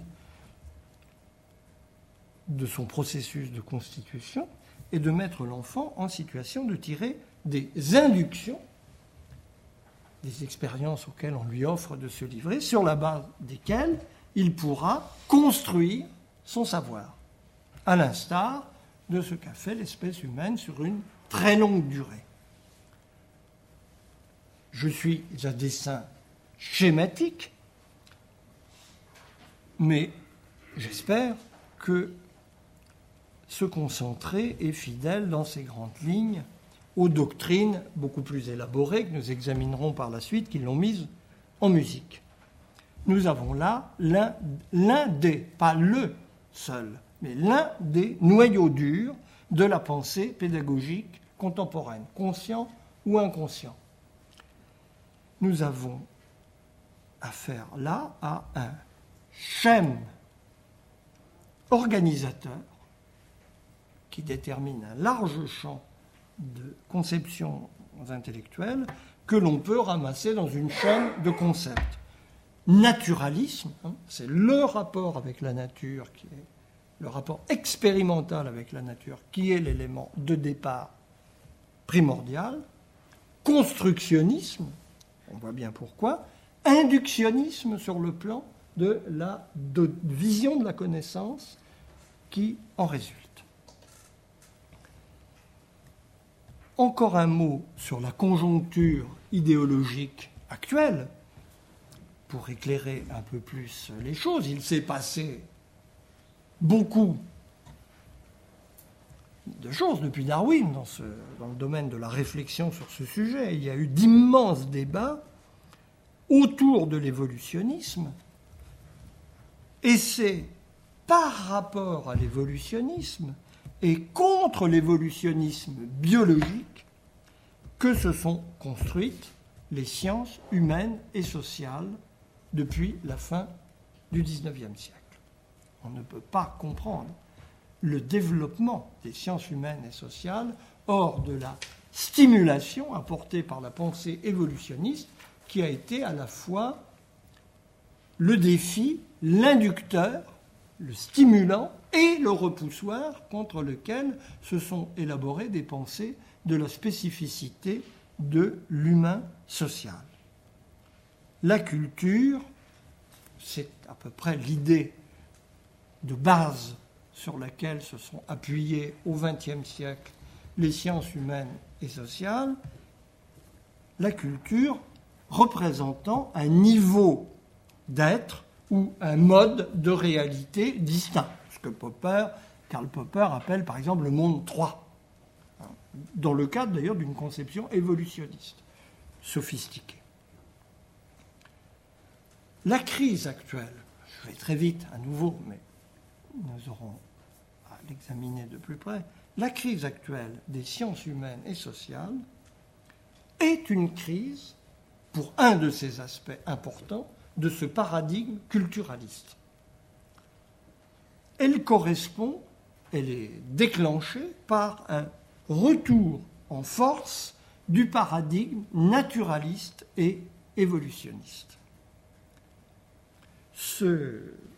de son processus de constitution, et de mettre l'enfant en situation de tirer des inductions, des expériences auxquelles on lui offre de se livrer, sur la base desquelles il pourra construire son savoir, à l'instar de ce qu'a fait l'espèce humaine sur une très longue durée. Je suis à dessein schématique, mais j'espère que se concentrer est fidèle dans ses grandes lignes aux doctrines beaucoup plus élaborées que nous examinerons par la suite, qui l'ont mise en musique. Nous avons là l'un, l'un des, pas le seul, mais l'un des noyaux durs de la pensée pédagogique contemporaine, conscient ou inconscient. Nous avons affaire là à un schème organisateur qui détermine un large champ de conceptions intellectuelles que l'on peut ramasser dans une chaîne de concepts. Naturalisme, hein, c'est le rapport avec la nature, qui est le rapport expérimental avec la nature, qui est l'élément de départ primordial. Constructionnisme, on voit bien pourquoi. Inductionnisme sur le plan de la de vision de la connaissance qui en résulte. Encore un mot sur la conjoncture idéologique actuelle, pour éclairer un peu plus les choses. Il s'est passé beaucoup de choses depuis Darwin dans, ce, dans le domaine de la réflexion sur ce sujet. Il y a eu d'immenses débats autour de l'évolutionnisme, et c'est par rapport à l'évolutionnisme et contre l'évolutionnisme biologique que se sont construites les sciences humaines et sociales depuis la fin du dix-neuvième siècle. On ne peut pas comprendre le développement des sciences humaines et sociales hors de la stimulation apportée par la pensée évolutionniste, qui a été à la fois le défi, l'inducteur, le stimulant et le repoussoir contre lequel se sont élaborées des pensées de la spécificité de l'humain social. La culture, c'est à peu près l'idée de base sur laquelle se sont appuyées au vingtième siècle les sciences humaines et sociales, la culture représentant un niveau d'être ou un mode de réalité distinct, ce que Popper, Karl Popper appelle par exemple le monde trois, dans le cadre d'ailleurs d'une conception évolutionniste, sophistiquée. La crise actuelle, je vais très vite à nouveau, mais nous aurons à l'examiner de plus près, la crise actuelle des sciences humaines et sociales est une crise, pour un de ses aspects importants, de ce paradigme culturaliste. Elle correspond, elle est déclenchée par un retour en force du paradigme naturaliste et évolutionniste. Ce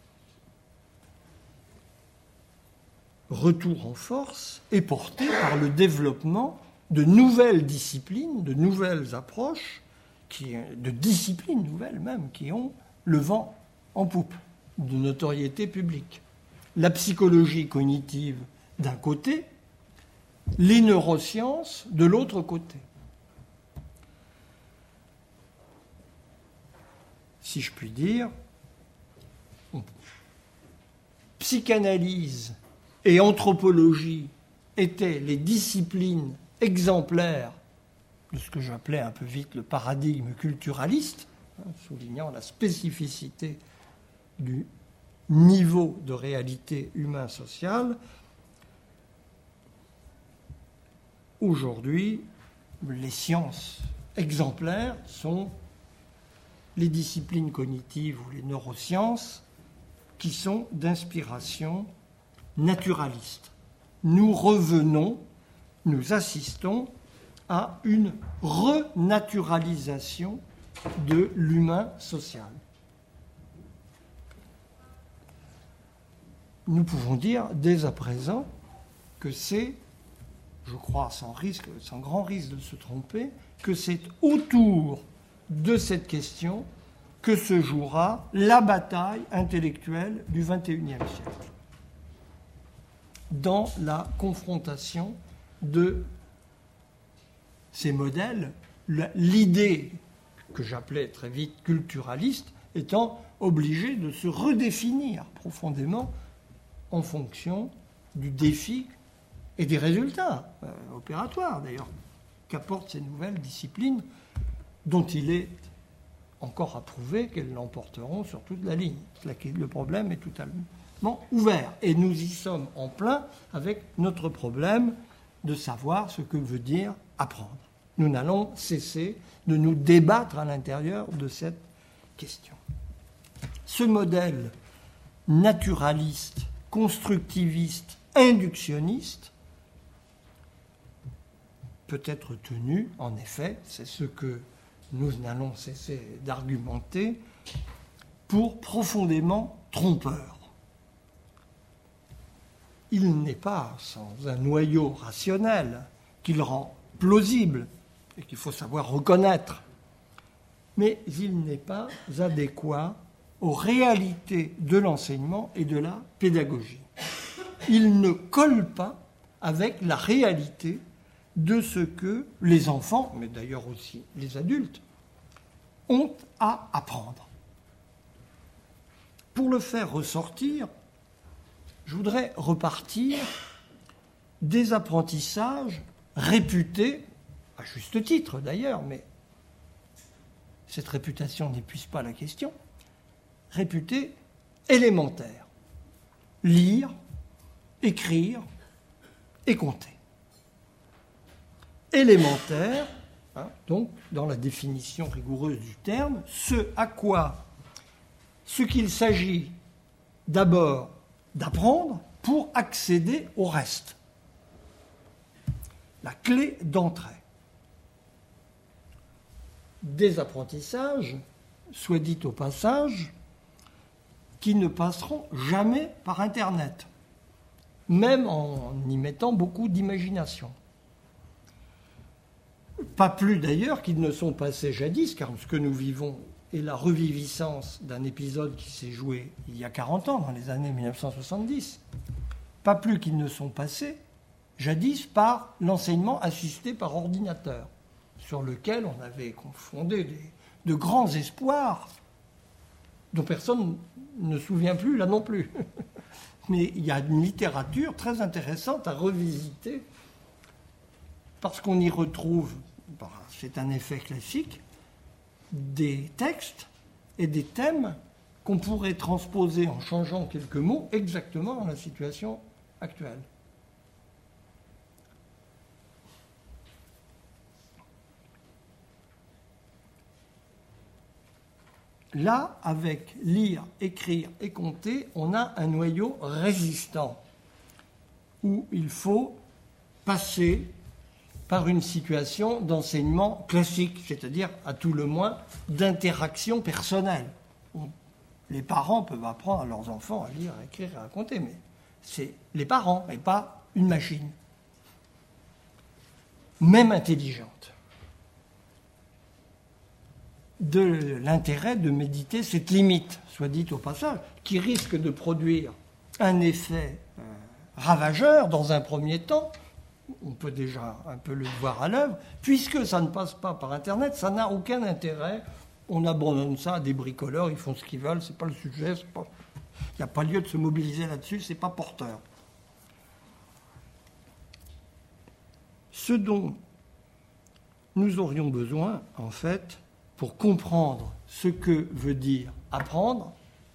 retour en force est porté par le développement de nouvelles disciplines, de nouvelles approches, qui, de disciplines nouvelles même, qui ont le vent en poupe de notoriété publique. La psychologie cognitive d'un côté, les neurosciences de l'autre côté. Si je puis dire, psychanalyse et anthropologie étaient les disciplines exemplaires de ce que j'appelais un peu vite le paradigme culturaliste, hein, soulignant la spécificité du niveau de réalité humain-sociale. Aujourd'hui, les sciences exemplaires sont les disciplines cognitives ou les neurosciences qui sont d'inspiration naturaliste. Nous revenons, nous assistons à une renaturalisation de l'humain social. Nous pouvons dire dès à présent que c'est, je crois sans risque, sans grand risque de se tromper, que c'est autour de cette question que se jouera la bataille intellectuelle du vingt et unième siècle, dans la confrontation de ces modèles, l'idée que j'appelais très vite culturaliste étant obligée de se redéfinir profondément en fonction du défi et des résultats euh, opératoires, d'ailleurs, qu'apportent ces nouvelles disciplines dont il est encore à prouver qu'elles l'emporteront sur toute la ligne. Le problème est totalement ouvert. Et nous y sommes en plein avec notre problème de savoir ce que veut dire apprendre. Nous n'allons cesser de nous débattre à l'intérieur de cette question. Ce modèle naturaliste, constructiviste, inductionniste peut être tenu, en effet, c'est ce que nous n'allons cesser d'argumenter, pour profondément trompeur. Il n'est pas sans un noyau rationnel qui le rend plausible et qu'il faut savoir reconnaître, mais il n'est pas adéquat aux réalités de l'enseignement et de la pédagogie. Il ne colle pas avec la réalité de ce que les enfants, mais d'ailleurs aussi les adultes, ont à apprendre. Pour le faire ressortir, je voudrais repartir des apprentissages réputés, à juste titre d'ailleurs, mais cette réputation n'épuise pas la question, réputés élémentaires. Lire, écrire et compter. Élémentaire, hein, donc dans la définition rigoureuse du terme, ce à quoi, ce qu'il s'agit d'abord d'apprendre pour accéder au reste. La clé d'entrée. Des apprentissages, soit dit au passage, qui ne passeront jamais par Internet, même en y mettant beaucoup d'imagination. Pas plus d'ailleurs qu'ils ne sont passés jadis, car ce que nous vivons est la reviviscence d'un épisode qui s'est joué il y a quarante ans, dans les années mille neuf cent soixante-dix. Pas plus qu'ils ne sont passés jadis par l'enseignement assisté par ordinateur, sur lequel on avait fondé des, de grands espoirs dont personne ne se souvient plus, là non plus. Mais il y a une littérature très intéressante à revisiter parce qu'on y retrouve, c'est un effet classique, des textes et des thèmes qu'on pourrait transposer en changeant quelques mots exactement dans la situation actuelle. Là, avec lire, écrire et compter, on a un noyau résistant où il faut passer par une situation d'enseignement classique, c'est-à-dire à tout le moins d'interaction personnelle. Les parents peuvent apprendre à leurs enfants à lire, à écrire et à raconter, mais c'est les parents et pas une machine, même intelligente. De l'intérêt de méditer cette limite, soit dit au passage, qui risque de produire un effet euh, ravageur dans un premier temps. On peut déjà un peu le voir à l'œuvre, puisque ça ne passe pas par Internet, ça n'a aucun intérêt. On abandonne ça à des bricoleurs, ils font ce qu'ils veulent, c'est pas le sujet, c'est pas... il n'y a pas lieu de se mobiliser là-dessus, c'est pas porteur. Ce dont nous aurions besoin, en fait, pour comprendre ce que veut dire apprendre,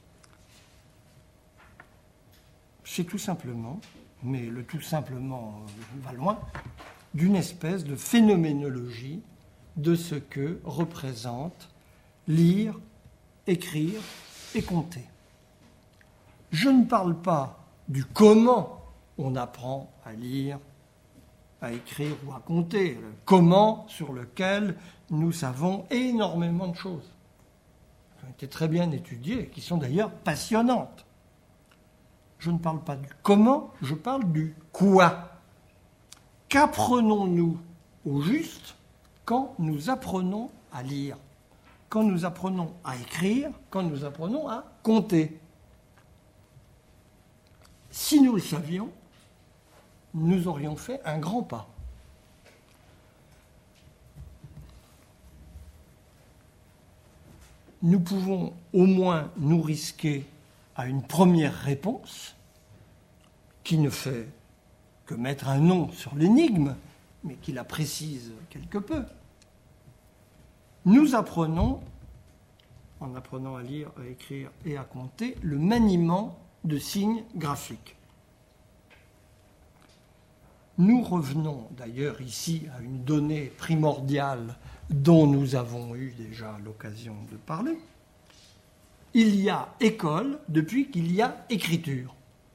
c'est tout simplement, mais le tout simplement va loin, d'une espèce de phénoménologie de ce que représente lire, écrire et compter. Je ne parle pas du comment on apprend à lire, à écrire ou à compter, le comment sur lequel nous savons énormément de choses, qui ont été très bien étudiées et qui sont d'ailleurs passionnantes. Je ne parle pas du comment, je parle du quoi. Qu'apprenons-nous au juste quand nous apprenons à lire, quand nous apprenons à écrire, quand nous apprenons à compter? Si nous le savions, nous aurions fait un grand pas. Nous pouvons au moins nous risquer à une première réponse qui ne fait que mettre un nom sur l'énigme, mais qui la précise quelque peu. Nous apprenons, en apprenant à lire, à écrire et à compter, le maniement de signes graphiques. Nous revenons d'ailleurs ici à une donnée primordiale dont nous avons eu déjà l'occasion de parler. Il y a école depuis qu'il y a écriture.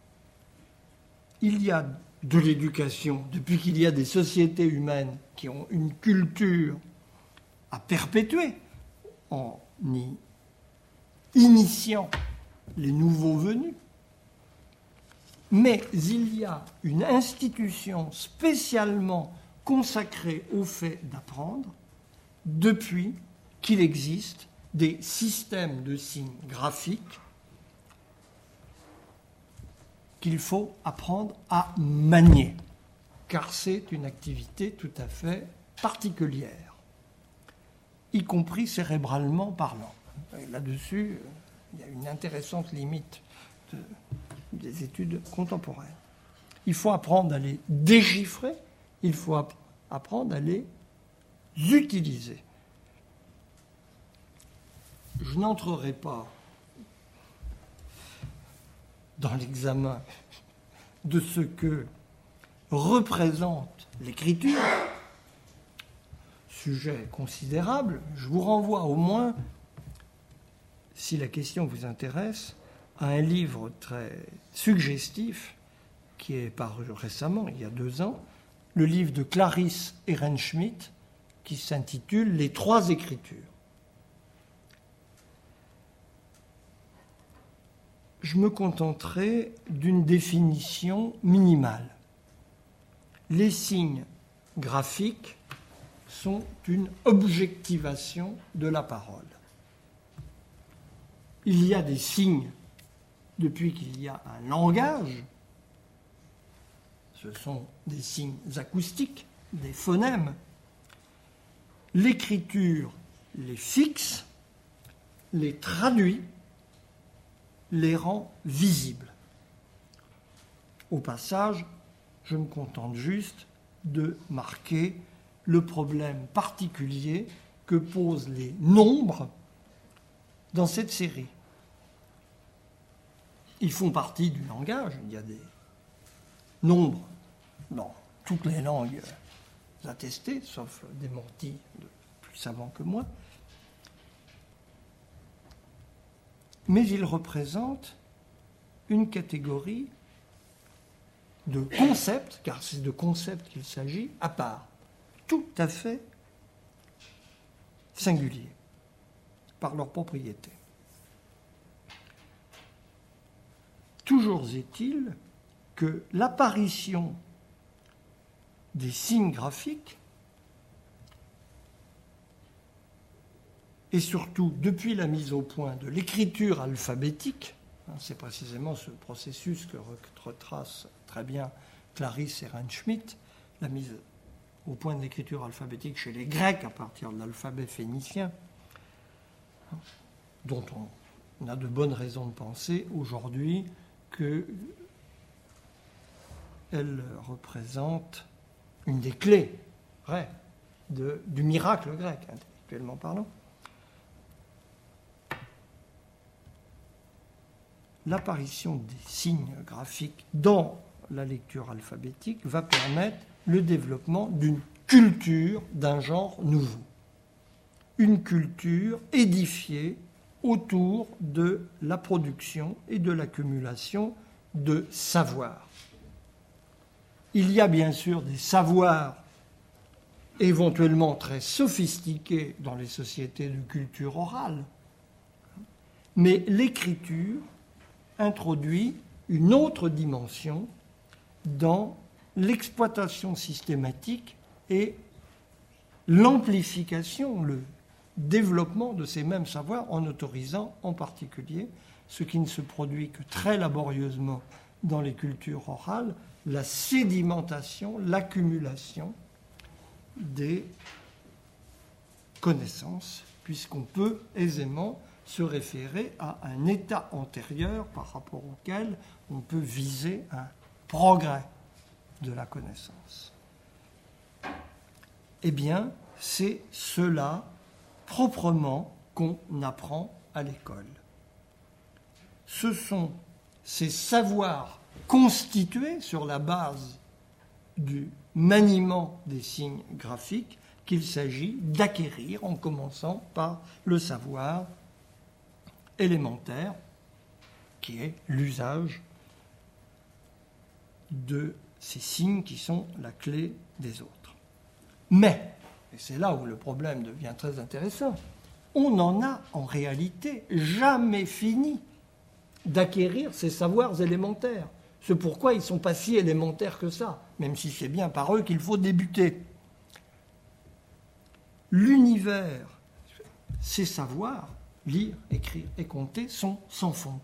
Il y a de l'éducation depuis qu'il y a des sociétés humaines qui ont une culture à perpétuer en y initiant les nouveaux venus. Mais il y a une institution spécialement consacrée au fait d'apprendre depuis qu'il existe des systèmes de signes graphiques qu'il faut apprendre à manier, car c'est une activité tout à fait particulière, y compris cérébralement parlant. Et là-dessus, il y a une intéressante limite de, des études contemporaines. Il faut apprendre à les déchiffrer, il faut apprendre à les utiliser. Je n'entrerai pas dans l'examen de ce que représente l'écriture, sujet considérable. Je vous renvoie au moins, si la question vous intéresse, à un livre très suggestif qui est paru récemment, il y a deux ans, le livre de Clarisse Ehrenschmidt qui s'intitule « Les trois écritures ». Je me contenterai d'une définition minimale. Les signes graphiques sont une objectivation de la parole. Il y a des signes depuis qu'il y a un langage. Ce sont des signes acoustiques, des phonèmes. L'écriture les fixe, les traduit, les rend visibles. Au passage, je me contente juste de marquer le problème particulier que posent les nombres dans cette série. Ils font partie du langage. Il y a des nombres dans toutes les langues attestées, sauf démentis de plus savants que moi. Mais ils représentent une catégorie de concepts, car c'est de concepts qu'il s'agit, à part. tout à fait singuliers par leur propriété. Toujours est-il que l'apparition des signes graphiques, et surtout depuis la mise au point de l'écriture alphabétique, c'est précisément ce processus que retrace très bien Clarisse Ehrenschmidt, la mise au point de l'écriture alphabétique chez les Grecs à partir de l'alphabet phénicien, dont on a de bonnes raisons de penser aujourd'hui qu'elle représente une des clés vraies de, du miracle grec, intellectuellement parlant. L'apparition des signes graphiques dans la lecture alphabétique va permettre le développement d'une culture d'un genre nouveau. Une culture édifiée autour de la production et de l'accumulation de savoirs. Il y a bien sûr des savoirs éventuellement très sophistiqués dans les sociétés de culture orale, mais l'écriture introduit une autre dimension dans l'exploitation systématique et l'amplification, le développement de ces mêmes savoirs en autorisant en particulier, ce qui ne se produit que très laborieusement dans les cultures orales, la sédimentation, l'accumulation des connaissances, puisqu'on peut aisément se référer à un état antérieur par rapport auquel on peut viser un progrès de la connaissance. Eh bien, c'est cela proprement qu'on apprend à l'école. Ce sont ces savoirs constitués sur la base du maniement des signes graphiques qu'il s'agit d'acquérir en commençant par le savoir élémentaire, qui est l'usage de ces signes qui sont la clé des autres. Mais, et c'est là où le problème devient très intéressant, on n'en a en réalité jamais fini d'acquérir ces savoirs élémentaires. C'est pourquoi ils ne sont pas si élémentaires que ça, même si c'est bien par eux qu'il faut débuter. L'univers, ces savoirs, lire, écrire et compter, sont sans fond.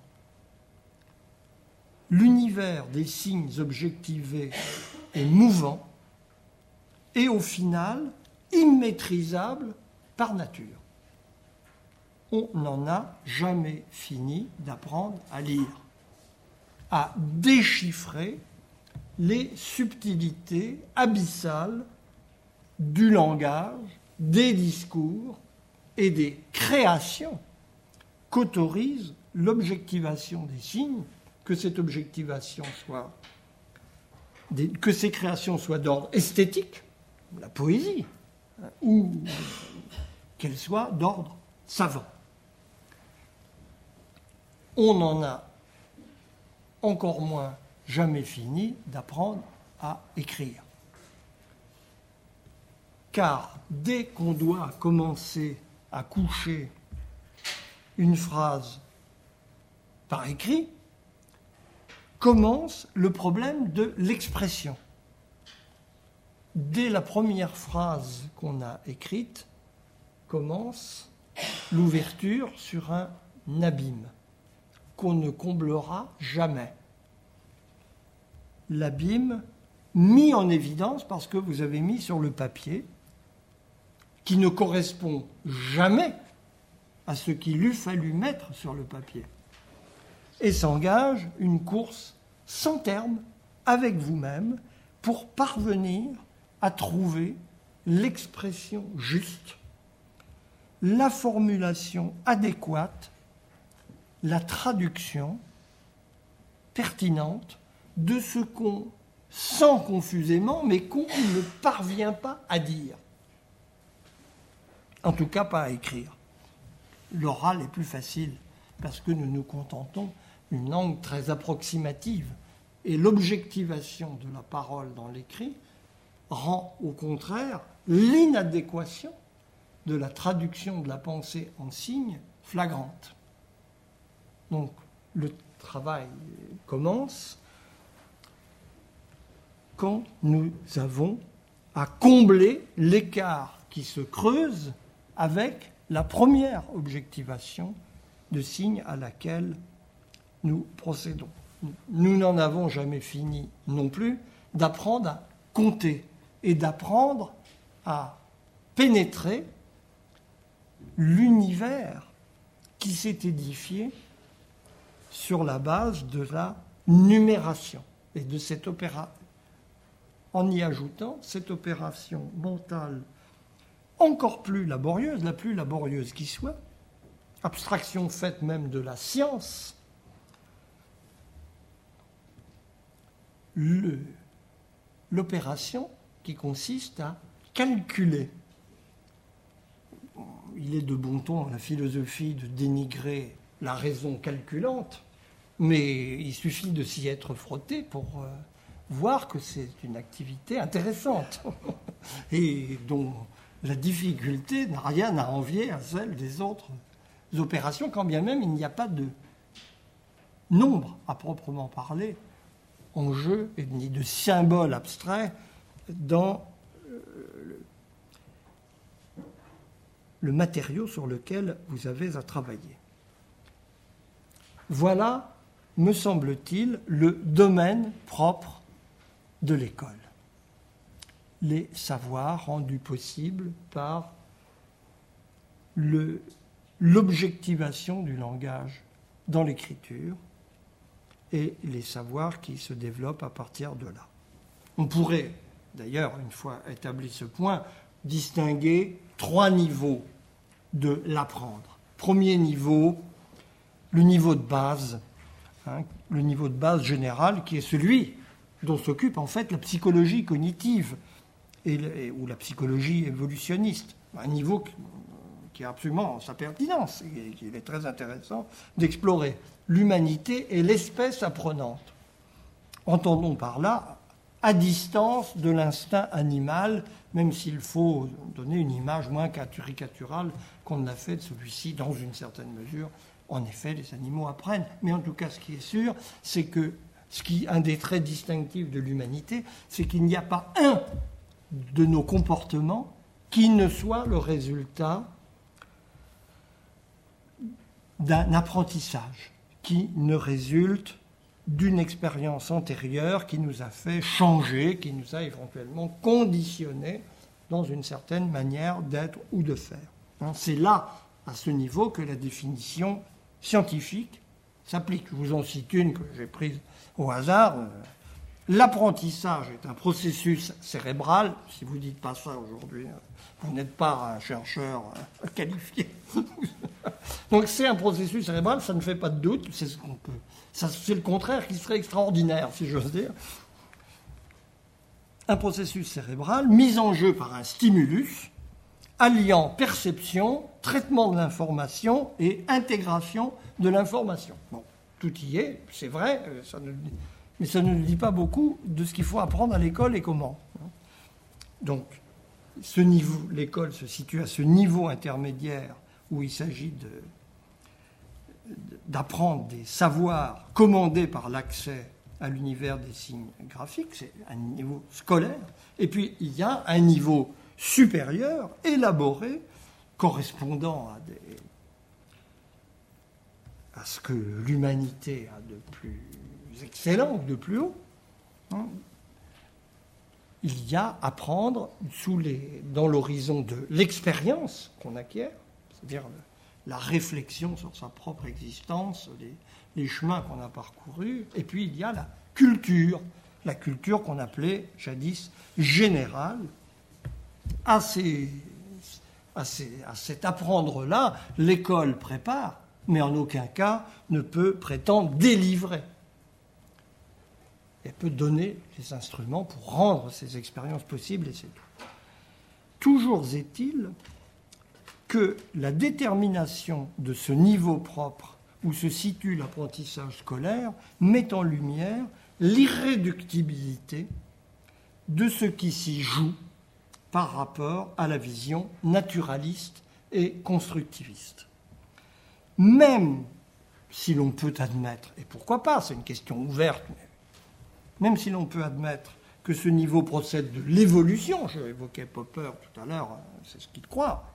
L'univers des signes objectivés est mouvant et au final immaîtrisable par nature. On n'en a jamais fini d'apprendre à lire, à déchiffrer les subtilités abyssales du langage, des discours et des créations qu'autorise l'objectivation des signes, que cette objectivation soit, des, que ces créations soient d'ordre esthétique, la poésie, hein, ou qu'elles soient d'ordre savant. On n'en a encore moins jamais fini d'apprendre à écrire. Car dès qu'on doit commencer à coucher une phrase par écrit, commence le problème de l'expression. Dès la première phrase qu'on a écrite, commence l'ouverture sur un abîme qu'on ne comblera jamais. L'abîme mis en évidence parce que vous avez mis sur le papier, qui ne correspond jamais à ce qu'il eût fallu mettre sur le papier. Et s'engage une course sans terme avec vous-même pour parvenir à trouver l'expression juste, la formulation adéquate, la traduction pertinente de ce qu'on sent confusément, mais qu'on ne parvient pas à dire. En tout cas, pas à écrire. L'oral est plus facile, parce que nous nous contentons d'une langue très approximative. Et l'objectivation de la parole dans l'écrit rend au contraire l'inadéquation de la traduction de la pensée en signes flagrante. Donc le travail commence quand nous avons à combler l'écart qui se creuse avec la première objectivation de signes à laquelle nous procédons. Nous n'en avons jamais fini non plus d'apprendre à compter et d'apprendre à pénétrer l'univers qui s'est édifié sur la base de la numération et de cette opération, en y ajoutant cette opération mentale encore plus laborieuse, la plus laborieuse qui soit, abstraction faite même de la science, le, l'opération qui consiste à calculer. Il est de bon ton dans la philosophie de dénigrer la raison calculante, mais il suffit de s'y être frotté pour euh, voir que c'est une activité intéressante et dont la difficulté n'a rien à envier à celle des autres opérations, quand bien même il n'y a pas de nombre à proprement parler en jeu, et ni de symbole abstrait dans le, le matériau sur lequel vous avez à travailler. Voilà, me semble-t-il, le domaine propre de l'école. Les savoirs rendus possibles par le, l'objectivation du langage dans l'écriture et les savoirs qui se développent à partir de là. On pourrait, d'ailleurs, une fois établi ce point, distinguer trois niveaux de l'apprendre. Premier niveau, le niveau de base, hein, le niveau de base général qui est celui dont s'occupe en fait la psychologie cognitive et, et, ou la psychologie évolutionniste. Un niveau qui, qui a absolument sa pertinence et qu'il est très intéressant d'explorer. L'humanité et l'espèce apprenante. Entendons par là à distance de l'instinct animal, même s'il faut donner une image moins caricaturale qu'on ne l'a fait de celui-ci dans une certaine mesure. En effet, les animaux apprennent. Mais en tout cas, ce qui est sûr, c'est que ce qui, un des traits distinctifs de l'humanité, c'est qu'il n'y a pas un de nos comportements qui ne soit le résultat d'un apprentissage, qui ne résulte d'une expérience antérieure qui nous a fait changer, qui nous a éventuellement conditionné dans une certaine manière d'être ou de faire. C'est là, à ce niveau, que la définition scientifique s'applique. Je vous en cite une que j'ai prise au hasard. L'apprentissage est un processus cérébral. Si vous ne dites pas ça aujourd'hui, vous n'êtes pas un chercheur qualifié. Donc c'est un processus cérébral, ça ne fait pas de doute. C'est ce qu'on peut. Ça, c'est le contraire qui serait extraordinaire, si j'ose dire. Un processus cérébral mis en jeu par un stimulus, alliant perception, traitement de l'information et intégration de l'information. Bon, tout y est, c'est vrai, ça ne, mais ça ne nous dit pas beaucoup de ce qu'il faut apprendre à l'école et comment. Donc, ce niveau, l'école se situe à ce niveau intermédiaire où il s'agit de, d'apprendre des savoirs commandés par l'accès à l'univers des signes graphiques, c'est un niveau scolaire. Et puis, il y a un niveau supérieur, élaboré, correspondant à, des, à ce que l'humanité a de plus excellent, de plus haut. Hein. Il y a à prendre sous les, dans l'horizon de l'expérience qu'on acquiert, c'est-à-dire la réflexion sur sa propre existence, les, les chemins qu'on a parcourus, et puis il y a la culture, la culture qu'on appelait jadis générale. À, ces, à, ces, à cet apprendre-là, l'école prépare, mais en aucun cas ne peut prétendre délivrer. Elle peut donner les instruments pour rendre ces expériences possibles, et c'est tout. Toujours est-il que la détermination de ce niveau propre où se situe l'apprentissage scolaire met en lumière l'irréductibilité de ce qui s'y joue par rapport à la vision naturaliste et constructiviste. Même si l'on peut admettre, et pourquoi pas, c'est une question ouverte, mais même si l'on peut admettre que ce niveau procède de l'évolution, je évoquais Popper tout à l'heure, c'est ce qu'il croit,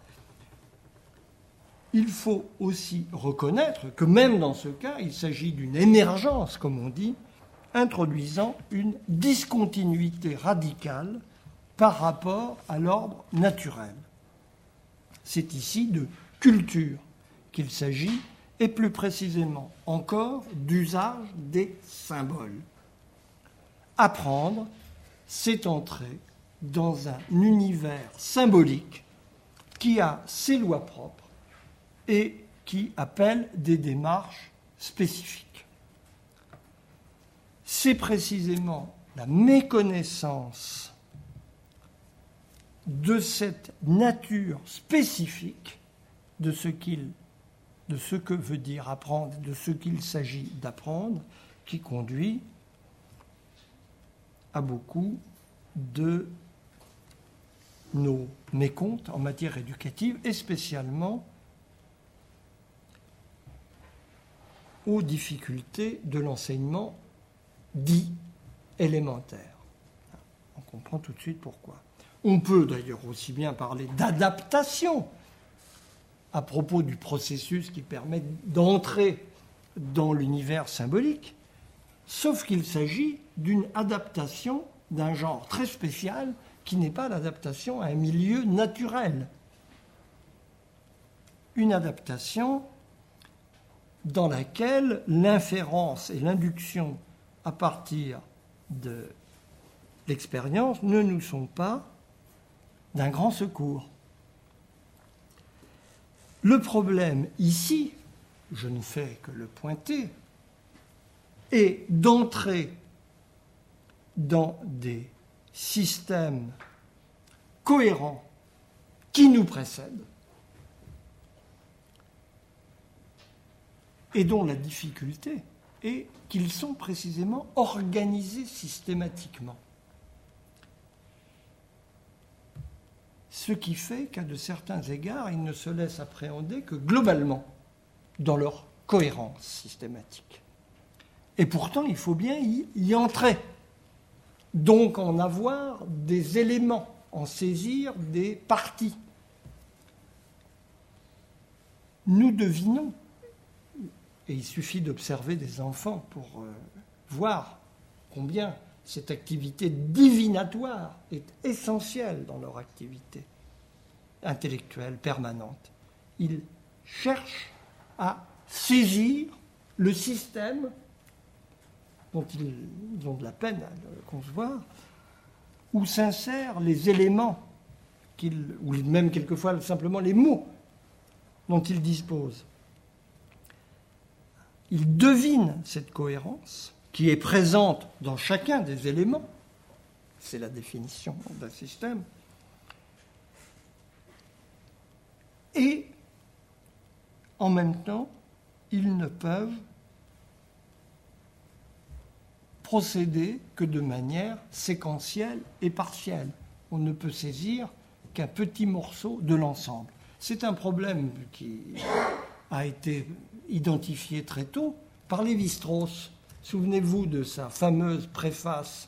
il faut aussi reconnaître que même dans ce cas, il s'agit d'une émergence, comme on dit, introduisant une discontinuité radicale par rapport à l'ordre naturel. C'est ici de culture qu'il s'agit, et plus précisément encore d'usage des symboles. Apprendre, c'est entrer dans un univers symbolique qui a ses lois propres et qui appelle des démarches spécifiques. C'est précisément la méconnaissance de cette nature spécifique de ce qu'il, de ce que veut dire apprendre, de ce qu'il s'agit d'apprendre, qui conduit à beaucoup de nos mécomptes en matière éducative, et spécialement aux difficultés de l'enseignement dit élémentaire. On comprend tout de suite pourquoi. On peut d'ailleurs aussi bien parler d'adaptation à propos du processus qui permet d'entrer dans l'univers symbolique, sauf qu'il s'agit d'une adaptation d'un genre très spécial qui n'est pas l'adaptation à un milieu naturel. Une adaptation dans laquelle l'inférence et l'induction à partir de l'expérience ne nous sont pas d'un grand secours. Le problème ici, je ne fais que le pointer, est d'entrer dans des systèmes cohérents qui nous précèdent et dont la difficulté est qu'ils sont précisément organisés systématiquement. Ce qui fait qu'à de certains égards, ils ne se laissent appréhender que globalement dans leur cohérence systématique. Et pourtant, il faut bien y, y entrer. Donc en avoir des éléments, en saisir des parties. Nous devinons, et il suffit d'observer des enfants pour euh, voir combien cette activité divinatoire est essentielle dans leur activité intellectuelle permanente. Ils cherchent à saisir le système dont ils ont de la peine à le concevoir, où s'insèrent les éléments, qu'ils, ou même quelquefois simplement les mots dont ils disposent. Ils devinent cette cohérence qui est présente dans chacun des éléments, c'est la définition d'un système, et en même temps, ils ne peuvent procéder que de manière séquentielle et partielle. On ne peut saisir qu'un petit morceau de l'ensemble. C'est un problème qui a été identifié très tôt par Lévi-Strauss. Souvenez-vous de sa fameuse préface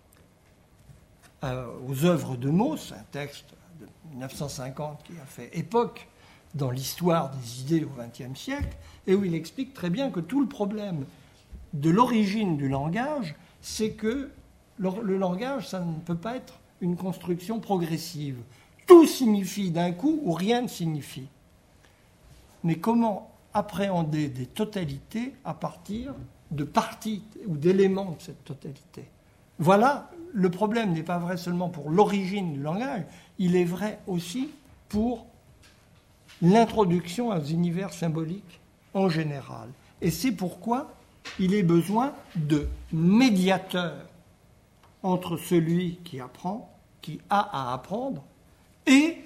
aux œuvres de Mauss, un texte de mille neuf cent cinquante qui a fait époque dans l'histoire des idées au vingtième siècle, et où il explique très bien que tout le problème de l'origine du langage, c'est que le, le langage, ça ne peut pas être une construction progressive. Tout signifie d'un coup ou rien ne signifie. Mais comment appréhender des totalités à partir de parties ou d'éléments de cette totalité? Voilà, le problème n'est pas vrai seulement pour l'origine du langage, il est vrai aussi pour l'introduction aux univers symboliques en général. Et c'est pourquoi il est besoin de médiateurs entre celui qui apprend, qui a à apprendre, et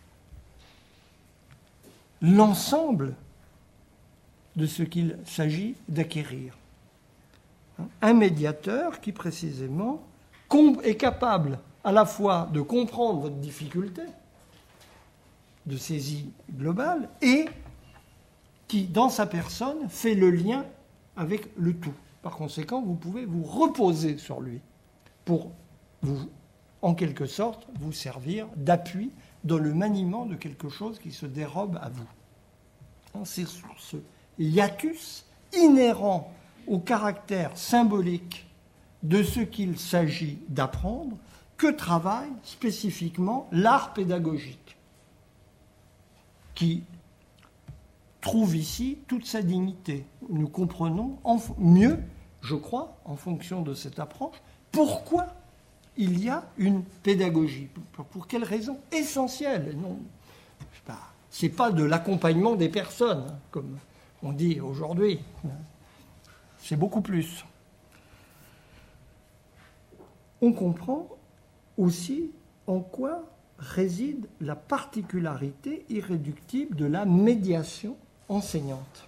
l'ensemble de ce qu'il s'agit d'acquérir. Un médiateur qui, précisément, est capable à la fois de comprendre votre difficulté de saisie globale et qui, dans sa personne, fait le lien avec le tout. Par conséquent, vous pouvez vous reposer sur lui pour vous, en quelque sorte, vous servir d'appui dans le maniement de quelque chose qui se dérobe à vous. C'est sur ce hiatus inhérent au caractère symbolique de ce qu'il s'agit d'apprendre que travaille spécifiquement l'art pédagogique, qui trouve ici toute sa dignité. Nous comprenons en, mieux, je crois, en fonction de cette approche, pourquoi il y a une pédagogie. Pour, pour quelle raison essentielle. Non, ce n'est pas de l'accompagnement des personnes, comme on dit aujourd'hui. C'est beaucoup plus. On comprend aussi en quoi réside la particularité irréductible de la médiation enseignante.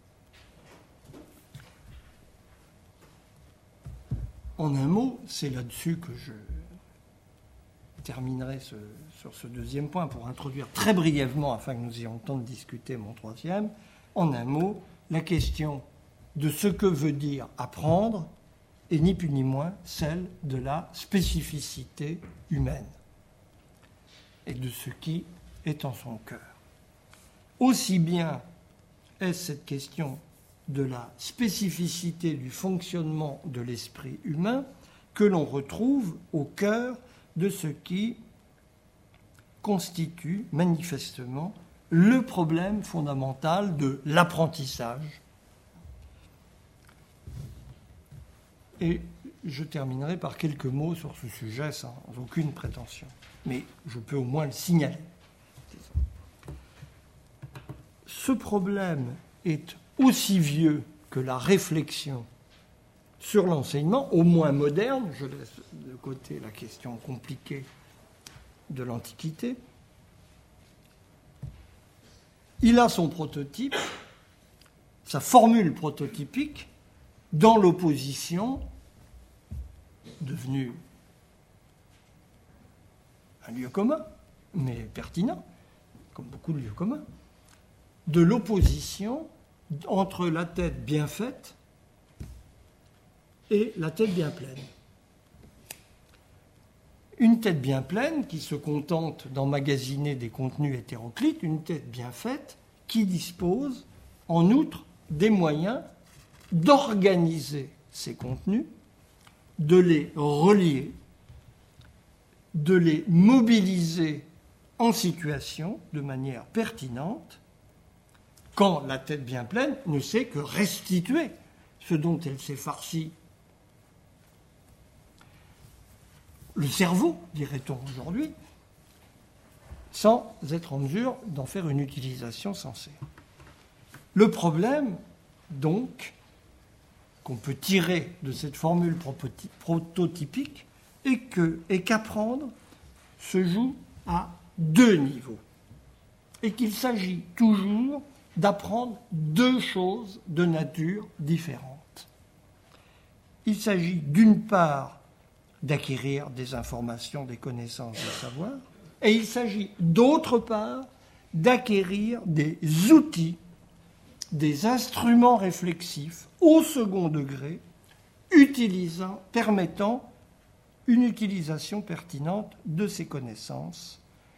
En un mot, c'est là-dessus que je terminerai ce, sur ce deuxième point pour introduire très brièvement, afin que nous ayons le temps de discuter mon troisième, en un mot, la question de ce que veut dire apprendre est ni plus ni moins celle de la spécificité humaine et de ce qui est en son cœur. Aussi bien est-ce cette question de la spécificité du fonctionnement de l'esprit humain que l'on retrouve au cœur de ce qui constitue manifestement le problème fondamental de l'apprentissage. Et je terminerai par quelques mots sur ce sujet sans aucune prétention. Mais je peux au moins le signaler. Ce problème est aussi vieux que la réflexion sur l'enseignement, au moins moderne. Je laisse de côté la question compliquée de l'Antiquité. Il a son prototype, sa formule prototypique, dans l'opposition, devenue un lieu commun, mais pertinent, comme beaucoup de lieux communs, de l'opposition entre la tête bien faite et la tête bien pleine. Une tête bien pleine qui se contente d'emmagasiner des contenus hétéroclites, une tête bien faite qui dispose, en outre, des moyens d'organiser ces contenus, de les relier, de les mobiliser en situation de manière pertinente, quand la tête bien pleine ne sait que restituer ce dont elle s'est farcie. Le cerveau, dirait-on aujourd'hui, sans être en mesure d'en faire une utilisation sensée. Le problème, donc, qu'on peut tirer de cette formule prototypique est que, est qu'apprendre se joue à deux niveaux et qu'il s'agit toujours d'apprendre deux choses de nature différente. Il s'agit d'une part d'acquérir des informations, des connaissances, des savoirs, et il s'agit d'autre part d'acquérir des outils, des instruments réflexifs au second degré, utilisant, permettant une utilisation pertinente de ces connaissances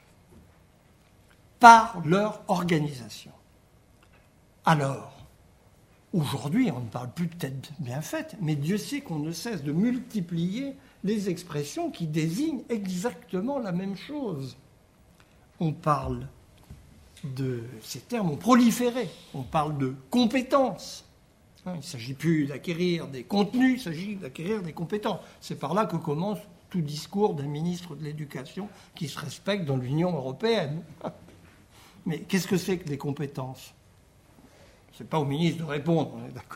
par leur organisation. Alors, aujourd'hui, on ne parle plus de tête bien faite, mais Dieu sait qu'on ne cesse de multiplier les expressions qui désignent exactement la même chose. On parle de ces termes ont proliféré. On parle de compétences. Il ne s'agit plus d'acquérir des contenus, il s'agit d'acquérir des compétences. C'est par là que commence tout discours d'un ministre de l'Éducation qui se respecte dans l'Union européenne. Mais qu'est-ce que c'est que des compétences ? Ce n'est pas au ministre de répondre, on est d'accord.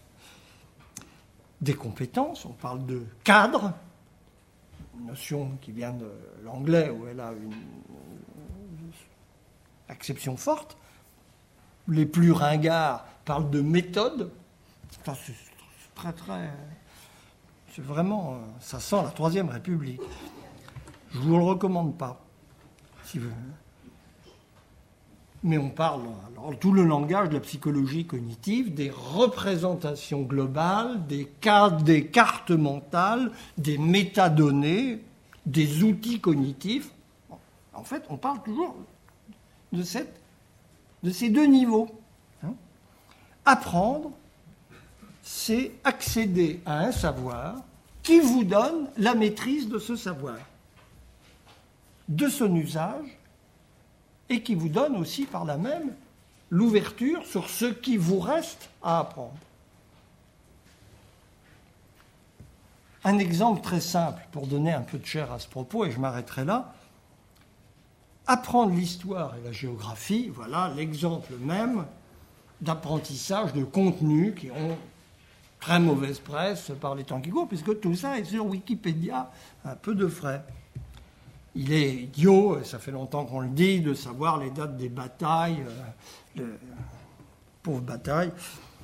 Des compétences, on parle de cadre, une notion qui vient de l'anglais où elle a une acception forte. Les plus ringards parlent de méthode. Ça, c'est très, très... C'est vraiment... Ça sent la Troisième République. Je ne vous le recommande pas. Si vous... Mais on parle, alors, tout le langage de la psychologie cognitive, des représentations globales, des, cas, des cartes mentales, des métadonnées, des outils cognitifs. En fait, on parle toujours de, cette, de ces deux niveaux. Hein. Apprendre, c'est accéder à un savoir qui vous donne la maîtrise de ce savoir, de son usage, et qui vous donne aussi par là même l'ouverture sur ce qui vous reste à apprendre. Un exemple très simple pour donner un peu de chair à ce propos, et je m'arrêterai là. Apprendre l'histoire et la géographie, voilà l'exemple même d'apprentissage de contenus qui ont très mauvaise presse par les temps qui courent, puisque tout ça est sur Wikipédia, un peu de frais. Il est idiot, et ça fait longtemps qu'on le dit, de savoir les dates des batailles, euh, les pauvres batailles,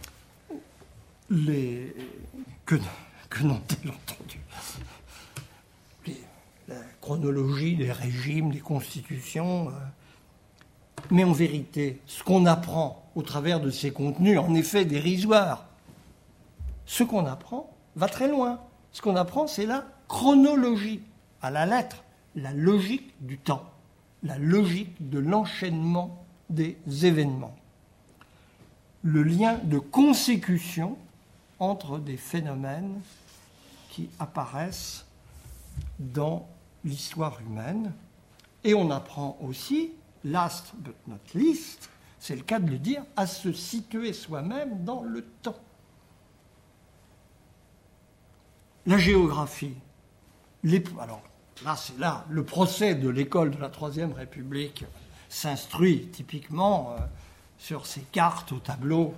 les, que, que n'ont-elles entendu les, la chronologie des régimes, des constitutions. Euh, mais en vérité, ce qu'on apprend au travers de ces contenus, en effet dérisoires, ce qu'on apprend va très loin. Ce qu'on apprend, c'est la chronologie, à la lettre. La logique du temps, la logique de l'enchaînement des événements, le lien de consécution entre des phénomènes qui apparaissent dans l'histoire humaine. Et on apprend aussi, last but not least, c'est le cas de le dire, à se situer soi-même dans le temps. La géographie, les, alors, Là, c'est là, le procès de l'école de la Troisième République s'instruit typiquement euh, sur ces cartes au tableau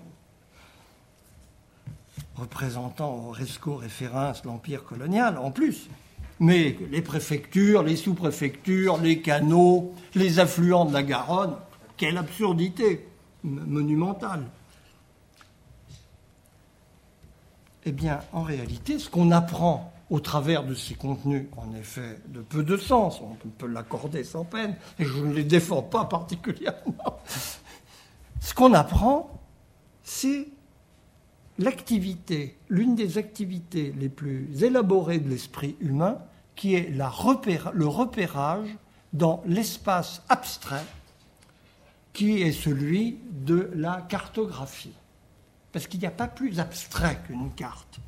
représentant au resco référence l'empire colonial, en plus. Mais les préfectures, les sous-préfectures, les canaux, les affluents de la Garonne, quelle absurdité monumentale. Eh bien, en réalité, ce qu'on apprend au travers de ces contenus, en effet, de peu de sens, on peut l'accorder sans peine, et je ne les défends pas particulièrement. Ce qu'on apprend, c'est l'activité, l'une des activités les plus élaborées de l'esprit humain, qui est la repéra- le repérage dans l'espace abstrait, qui est celui de la cartographie. Parce qu'il n'y a pas plus abstrait qu'une carte.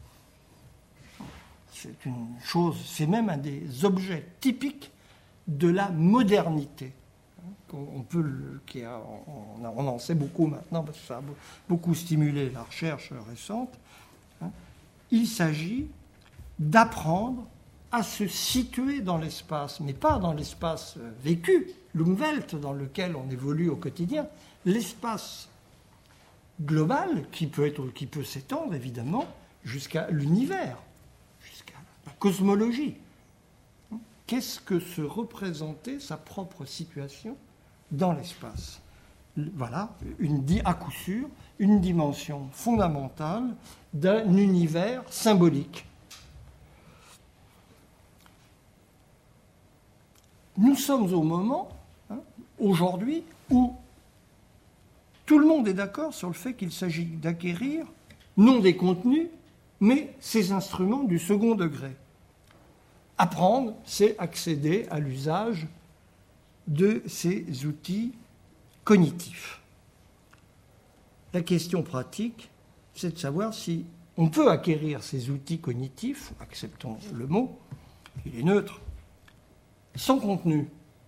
C'est une chose, c'est même un des objets typiques de la modernité. On, peut le, qui a, on, on en sait beaucoup maintenant, parce que ça a beaucoup stimulé la recherche récente. Il s'agit d'apprendre à se situer dans l'espace, mais pas dans l'espace vécu, l'Umwelt, dans lequel on évolue au quotidien, l'espace global qui peut, être, qui peut s'étendre, évidemment, jusqu'à l'univers. La cosmologie. Qu'est-ce que se représenter sa propre situation dans l'espace? Voilà, une, à coup sûr, une dimension fondamentale d'un univers symbolique. Nous sommes au moment, hein, aujourd'hui, où tout le monde est d'accord sur le fait qu'il s'agit d'acquérir non des contenus, mais ces instruments du second degré. Apprendre, c'est accéder à l'usage de ces outils cognitifs. La question pratique, c'est de savoir si on peut acquérir ces outils cognitifs, acceptons le mot, il est neutre, sans contenu,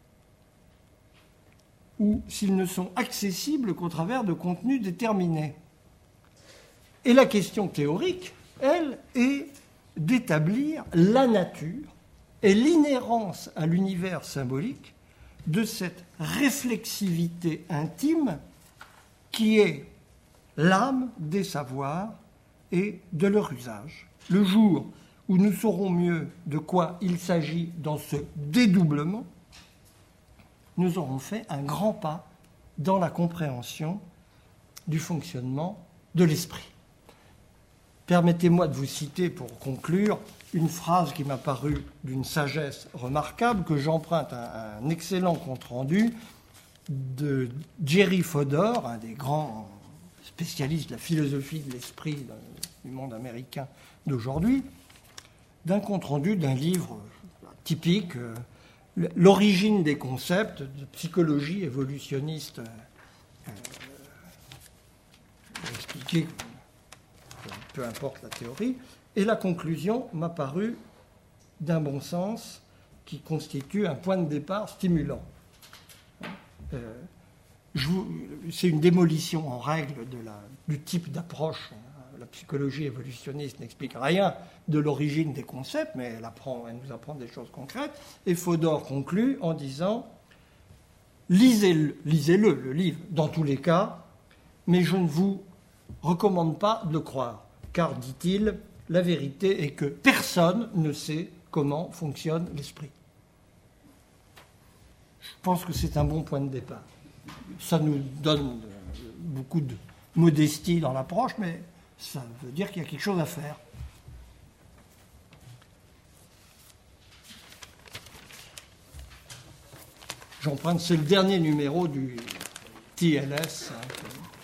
ou s'ils ne sont accessibles qu'au travers de contenus déterminés. Et la question théorique, elle, est d'établir la nature et l'inhérence à l'univers symbolique de cette réflexivité intime qui est l'âme des savoirs et de leur usage. Le jour où nous saurons mieux de quoi il s'agit dans ce dédoublement, nous aurons fait un grand pas dans la compréhension du fonctionnement de l'esprit. Permettez-moi de vous citer, pour conclure, une phrase qui m'a paru d'une sagesse remarquable, que j'emprunte à un excellent compte-rendu de Jerry Fodor, un des grands spécialistes de la philosophie de l'esprit du monde américain d'aujourd'hui, d'un compte-rendu d'un livre typique, euh, L'origine des concepts de psychologie évolutionniste, euh, pour expliquer, peu importe la théorie, et la conclusion m'a paru d'un bon sens qui constitue un point de départ stimulant. Euh, je vous, c'est une démolition en règle de la, du type d'approche. La psychologie évolutionniste n'explique rien de l'origine des concepts, mais elle, apprend, elle nous apprend des choses concrètes. Et Fodor conclut en disant « Lisez-le, lisez-le, le livre, dans tous les cas, mais je ne vous recommande pas de le croire, car, dit-il, la vérité est que personne ne sait comment fonctionne l'esprit. » Je pense que c'est un bon point de départ. Ça nous donne beaucoup de modestie dans l'approche, mais ça veut dire qu'il y a quelque chose à faire. J'emprunte, c'est le dernier numéro du T L S, hein,